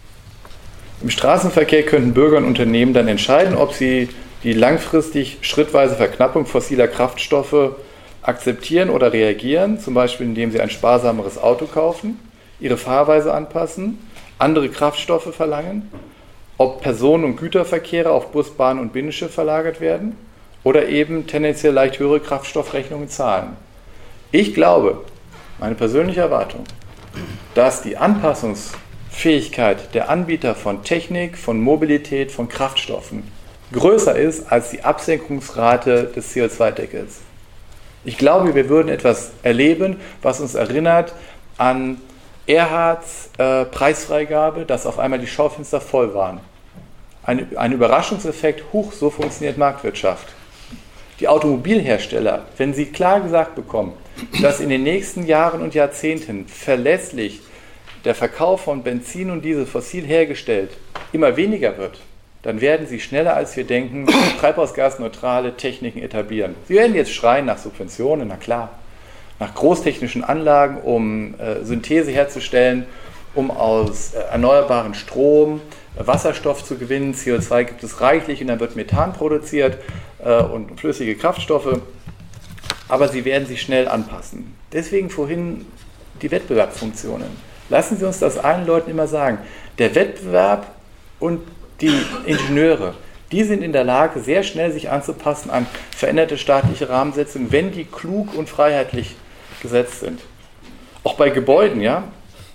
Im Straßenverkehr könnten Bürger und Unternehmen dann entscheiden, ob sie die langfristig schrittweise Verknappung fossiler Kraftstoffe akzeptieren oder reagieren, zum Beispiel indem sie ein sparsameres Auto kaufen, ihre Fahrweise anpassen, andere Kraftstoffe verlangen, ob Personen- und Güterverkehre auf Bus, Bahn und Binnenschiff verlagert werden oder eben tendenziell leicht höhere Kraftstoffrechnungen zahlen. Ich glaube, meine persönliche Erwartung, dass die Anpassungsfähigkeit der Anbieter von Technik, von Mobilität, von Kraftstoffen größer ist als die Absenkungsrate des CO2-Deckels. Ich glaube, wir würden etwas erleben, was uns erinnert an Erhards Preisfreigabe, dass auf einmal die Schaufenster voll waren. Ein Überraschungseffekt, so funktioniert Marktwirtschaft. Die Automobilhersteller, wenn sie klar gesagt bekommen, dass in den nächsten Jahren und Jahrzehnten verlässlich der Verkauf von Benzin und Diesel fossil hergestellt immer weniger wird, dann werden sie schneller als wir denken treibhausgasneutrale Techniken etablieren. Sie werden jetzt schreien nach Subventionen, na klar, nach großtechnischen Anlagen, um Synthese herzustellen, um aus erneuerbaren Strom Wasserstoff zu gewinnen. CO2 gibt es reichlich und dann wird Methan produziert und flüssige Kraftstoffe. Aber sie werden sich schnell anpassen. Deswegen vorhin die Wettbewerbsfunktionen. Lassen Sie uns das allen Leuten immer sagen. Der Wettbewerb und die Ingenieure, die sind in der Lage, sehr schnell sich anzupassen an veränderte staatliche Rahmensetzungen, wenn die klug und freiheitlich gesetzt sind. Auch bei Gebäuden, ja.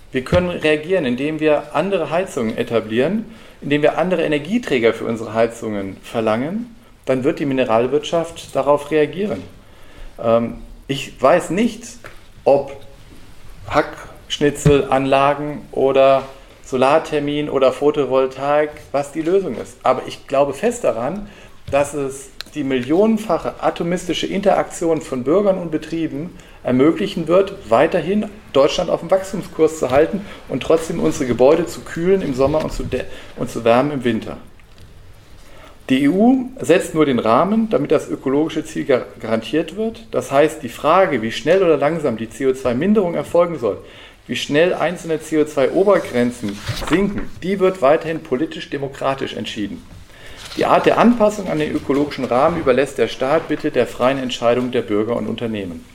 Wir können reagieren, indem wir andere Heizungen etablieren, indem wir andere Energieträger für unsere Heizungen verlangen. Dann wird die Mineralwirtschaft darauf reagieren. Ich weiß nicht, ob Hackschnitzelanlagen oder Solarthermien oder Photovoltaik, was die Lösung ist. Aber ich glaube fest daran, dass es die millionenfache atomistische Interaktion von Bürgern und Betrieben ermöglichen wird, weiterhin Deutschland auf dem Wachstumskurs zu halten und trotzdem unsere Gebäude zu kühlen im Sommer und zu wärmen im Winter. Die EU setzt nur den Rahmen, damit das ökologische Ziel garantiert wird. Das heißt, die Frage, wie schnell oder langsam die CO2-Minderung erfolgen soll, wie schnell einzelne CO2-Obergrenzen sinken, die wird weiterhin politisch-demokratisch entschieden. Die Art der Anpassung an den ökologischen Rahmen überlässt der Staat bitte der freien Entscheidung der Bürger und Unternehmen.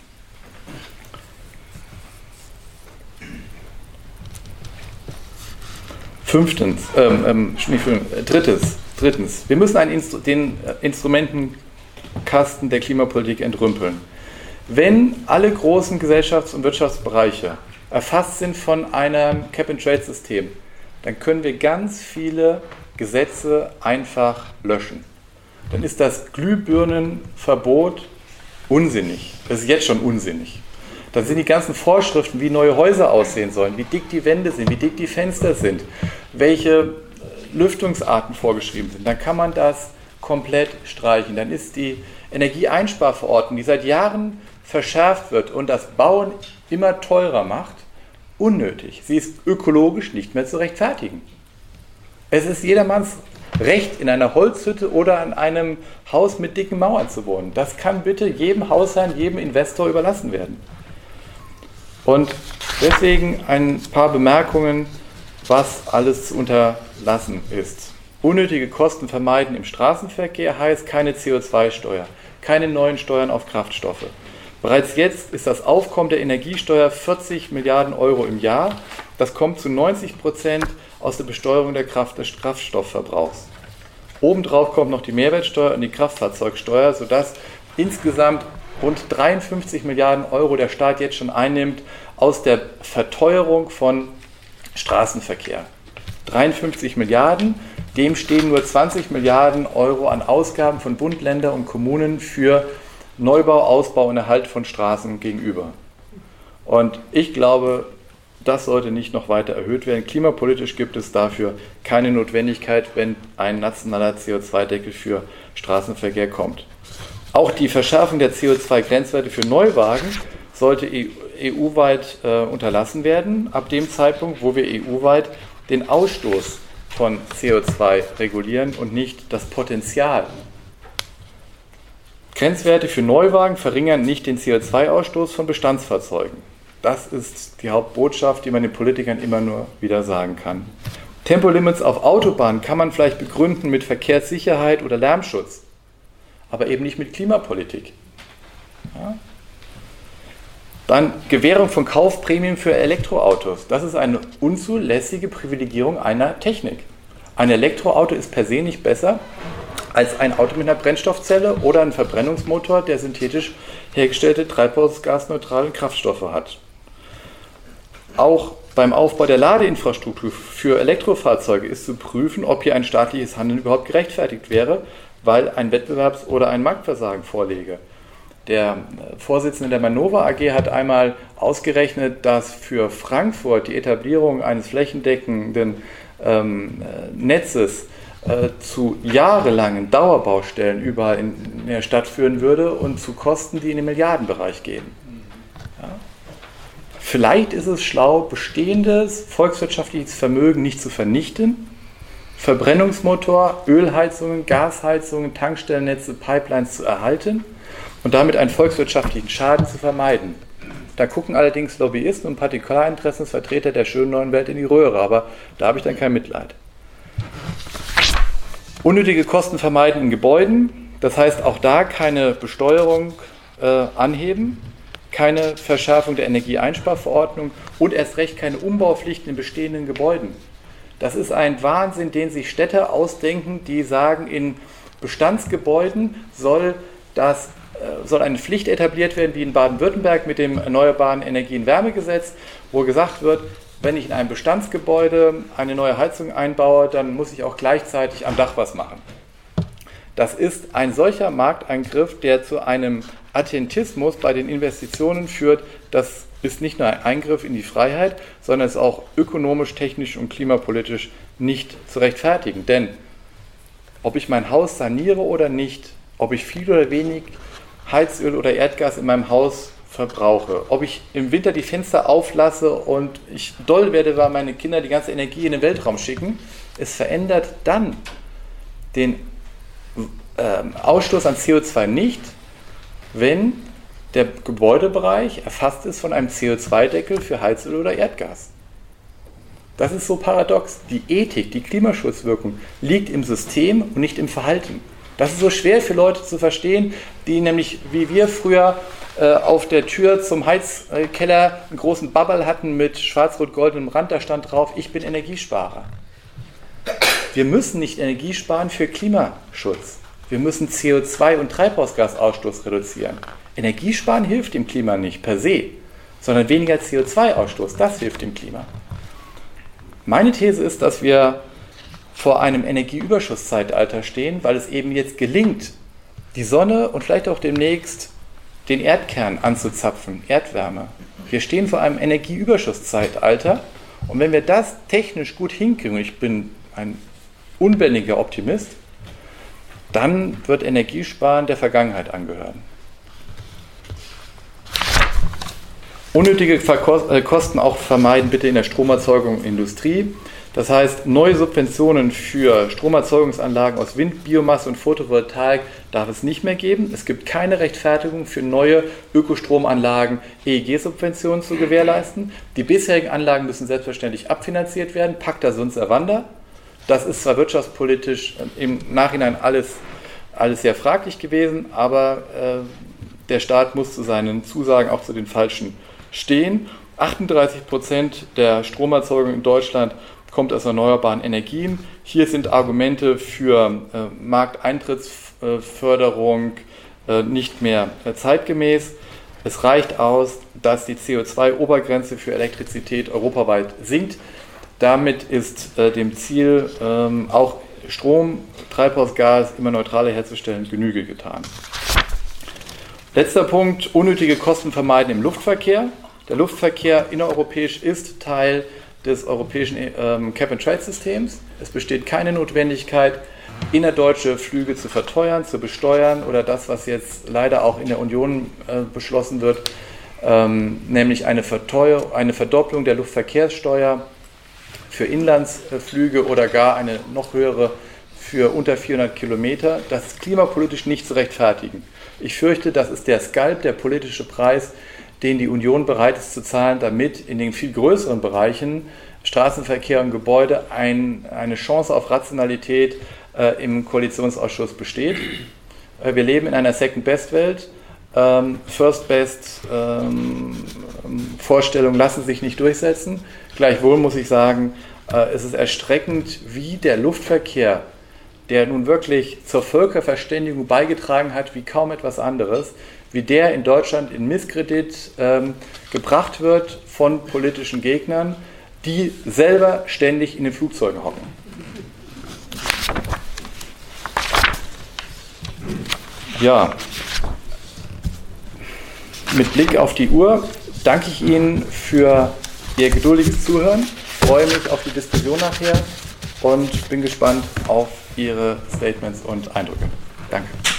Drittens, wir müssen den Instrumentenkasten der Klimapolitik entrümpeln. Wenn alle großen Gesellschafts- und Wirtschaftsbereiche erfasst sind von einem Cap-and-Trade-System, dann können wir ganz viele Gesetze einfach löschen. Dann ist das Glühbirnenverbot unsinnig. Das ist jetzt schon unsinnig. Dann sind die ganzen Vorschriften, wie neue Häuser aussehen sollen, wie dick die Wände sind, wie dick die Fenster sind, welche Lüftungsarten vorgeschrieben sind. Dann kann man das komplett streichen. Dann ist die Energieeinsparverordnung, die seit Jahren verschärft wird und das Bauen immer teurer macht, unnötig. Sie ist ökologisch nicht mehr zu rechtfertigen. Es ist jedermanns Recht, in einer Holzhütte oder in einem Haus mit dicken Mauern zu wohnen. Das kann bitte jedem Hausherrn, jedem Investor überlassen werden. Und deswegen ein paar Bemerkungen, was alles zu unterlassen ist. Unnötige Kosten vermeiden im Straßenverkehr heißt keine CO2-Steuer, keine neuen Steuern auf Kraftstoffe. Bereits jetzt ist das Aufkommen der Energiesteuer 40 Milliarden Euro im Jahr. Das kommt zu 90% aus der Besteuerung des Kraftstoffverbrauchs. Obendrauf kommt noch die Mehrwertsteuer und die Kraftfahrzeugsteuer, sodass insgesamt rund 53 Milliarden Euro der Staat jetzt schon einnimmt aus der Verteuerung von Straßenverkehr. 53 Milliarden, dem stehen nur 20 Milliarden Euro an Ausgaben von Bund, Länder und Kommunen für Neubau, Ausbau und Erhalt von Straßen gegenüber. Und ich glaube, das sollte nicht noch weiter erhöht werden. Klimapolitisch gibt es dafür keine Notwendigkeit, wenn ein nationaler CO2-Deckel für Straßenverkehr kommt. Auch die Verschärfung der CO2-Grenzwerte für Neuwagen sollte EU-weit unterlassen werden, ab dem Zeitpunkt, wo wir EU-weit den Ausstoß von CO2 regulieren und nicht das Potenzial. Grenzwerte für Neuwagen verringern nicht den CO2-Ausstoß von Bestandsfahrzeugen. Das ist die Hauptbotschaft, die man den Politikern immer nur wieder sagen kann. Tempolimits auf Autobahnen kann man vielleicht begründen mit Verkehrssicherheit oder Lärmschutz, aber eben nicht mit Klimapolitik. Ja? Dann Gewährung von Kaufprämien für Elektroautos. Das ist eine unzulässige Privilegierung einer Technik. Ein Elektroauto ist per se nicht besser als ein Auto mit einer Brennstoffzelle oder ein Verbrennungsmotor, der synthetisch hergestellte treibhausgasneutrale Kraftstoffe hat. Auch beim Aufbau der Ladeinfrastruktur für Elektrofahrzeuge ist zu prüfen, ob hier ein staatliches Handeln überhaupt gerechtfertigt wäre, weil ein Wettbewerbs- oder ein Marktversagen vorläge. Der Vorsitzende der Manova AG hat einmal ausgerechnet, dass für Frankfurt die Etablierung eines flächendeckenden Netzes zu jahrelangen Dauerbaustellen überall in der Stadt führen würde und zu Kosten, die in den Milliardenbereich gehen. Ja? Vielleicht ist es schlau, bestehendes volkswirtschaftliches Vermögen nicht zu vernichten, Verbrennungsmotor, Ölheizungen, Gasheizungen, Tankstellennetze, Pipelines zu erhalten und damit einen volkswirtschaftlichen Schaden zu vermeiden. Da gucken allerdings Lobbyisten und Partikularinteressensvertreter der schönen neuen Welt in die Röhre, aber da habe ich dann kein Mitleid. Unnötige Kosten vermeiden in Gebäuden, das heißt auch da keine Besteuerung anheben, keine Verschärfung der Energieeinsparverordnung und erst recht keine Umbaupflichten in bestehenden Gebäuden. Das ist ein Wahnsinn, den sich Städte ausdenken, die sagen, in Bestandsgebäuden soll eine Pflicht etabliert werden, wie in Baden-Württemberg mit dem Erneuerbaren Energien-Wärmegesetz, wo gesagt wird, wenn ich in einem Bestandsgebäude eine neue Heizung einbaue, dann muss ich auch gleichzeitig am Dach was machen. Das ist ein solcher Markteingriff, der zu einem Attentismus bei den Investitionen führt. Das ist nicht nur ein Eingriff in die Freiheit, sondern ist auch ökonomisch, technisch und klimapolitisch nicht zu rechtfertigen. Denn ob ich mein Haus saniere oder nicht, ob ich viel oder wenig Heizöl oder Erdgas in meinem Haus verbrauche, ob ich im Winter die Fenster auflasse und ich doll werde, weil meine Kinder die ganze Energie in den Weltraum schicken, es verändert dann den Ausstoß an CO2 nicht, wenn der Gebäudebereich erfasst ist von einem CO2-Deckel für Heizöl oder Erdgas. Das ist so paradox. Die Ethik, die Klimaschutzwirkung liegt im System und nicht im Verhalten. Das ist so schwer für Leute zu verstehen, die nämlich, wie wir früher auf der Tür zum Heizkeller einen großen Babbel hatten mit schwarz-rot-goldenem Rand, da stand drauf, ich bin Energiesparer. Wir müssen nicht Energie sparen für Klimaschutz. Wir müssen CO2- und Treibhausgasausstoß reduzieren. Energiesparen hilft dem Klima nicht per se, sondern weniger CO2-Ausstoß, das hilft dem Klima. Meine These ist, dass wir vor einem Energieüberschusszeitalter stehen, weil es eben jetzt gelingt, die Sonne und vielleicht auch demnächst den Erdkern anzuzapfen, Erdwärme. Wir stehen vor einem Energieüberschusszeitalter und wenn wir das technisch gut hinkriegen, und ich bin ein unbändiger Optimist, dann wird Energiesparen der Vergangenheit angehören. Unnötige Kosten auch vermeiden bitte in der Stromerzeugung und Industrie. Das heißt, neue Subventionen für Stromerzeugungsanlagen aus Wind, Biomasse und Photovoltaik darf es nicht mehr geben. Es gibt keine Rechtfertigung für neue Ökostromanlagen, EEG-Subventionen zu gewährleisten. Die bisherigen Anlagen müssen selbstverständlich abfinanziert werden. Pacta sunt servanda. Das ist zwar wirtschaftspolitisch im Nachhinein alles sehr fraglich gewesen, aber der Staat muss zu seinen Zusagen auch zu den falschen stehen. 38% der Stromerzeugung in Deutschland kommt aus erneuerbaren Energien. Hier sind Argumente für Markteintrittsförderung nicht mehr zeitgemäß. Es reicht aus, dass die CO2-Obergrenze für Elektrizität europaweit sinkt. Damit ist dem Ziel, auch Strom, Treibhausgas immer neutraler herzustellen, Genüge getan. Letzter Punkt, unnötige Kosten vermeiden im Luftverkehr. Der Luftverkehr innereuropäisch ist Teil des europäischen Cap-and-Trade-Systems. Es besteht keine Notwendigkeit, innerdeutsche Flüge zu verteuern, zu besteuern oder das, was jetzt leider auch in der Union beschlossen wird, nämlich eine Verdopplung der Luftverkehrssteuer für Inlandsflüge oder gar eine noch höhere für unter 400 Kilometer. Das ist klimapolitisch nicht zu rechtfertigen. Ich fürchte, das ist der Skalp, der politische Preis, den die Union bereit ist zu zahlen, damit in den viel größeren Bereichen Straßenverkehr und Gebäude eine Chance auf Rationalität im Koalitionsausschuss besteht. Wir leben in einer Second-Best-Welt. First-Best-Vorstellungen lassen sich nicht durchsetzen. Gleichwohl muss ich sagen, es ist erschreckend, wie der Luftverkehr, der nun wirklich zur Völkerverständigung beigetragen hat, wie kaum etwas anderes, wie der in Deutschland in Misskredit gebracht wird von politischen Gegnern, die selber ständig in den Flugzeugen hocken. Ja, mit Blick auf die Uhr danke ich Ihnen für Ihr geduldiges Zuhören, freue mich auf die Diskussion nachher und bin gespannt auf Ihre Statements und Eindrücke. Danke.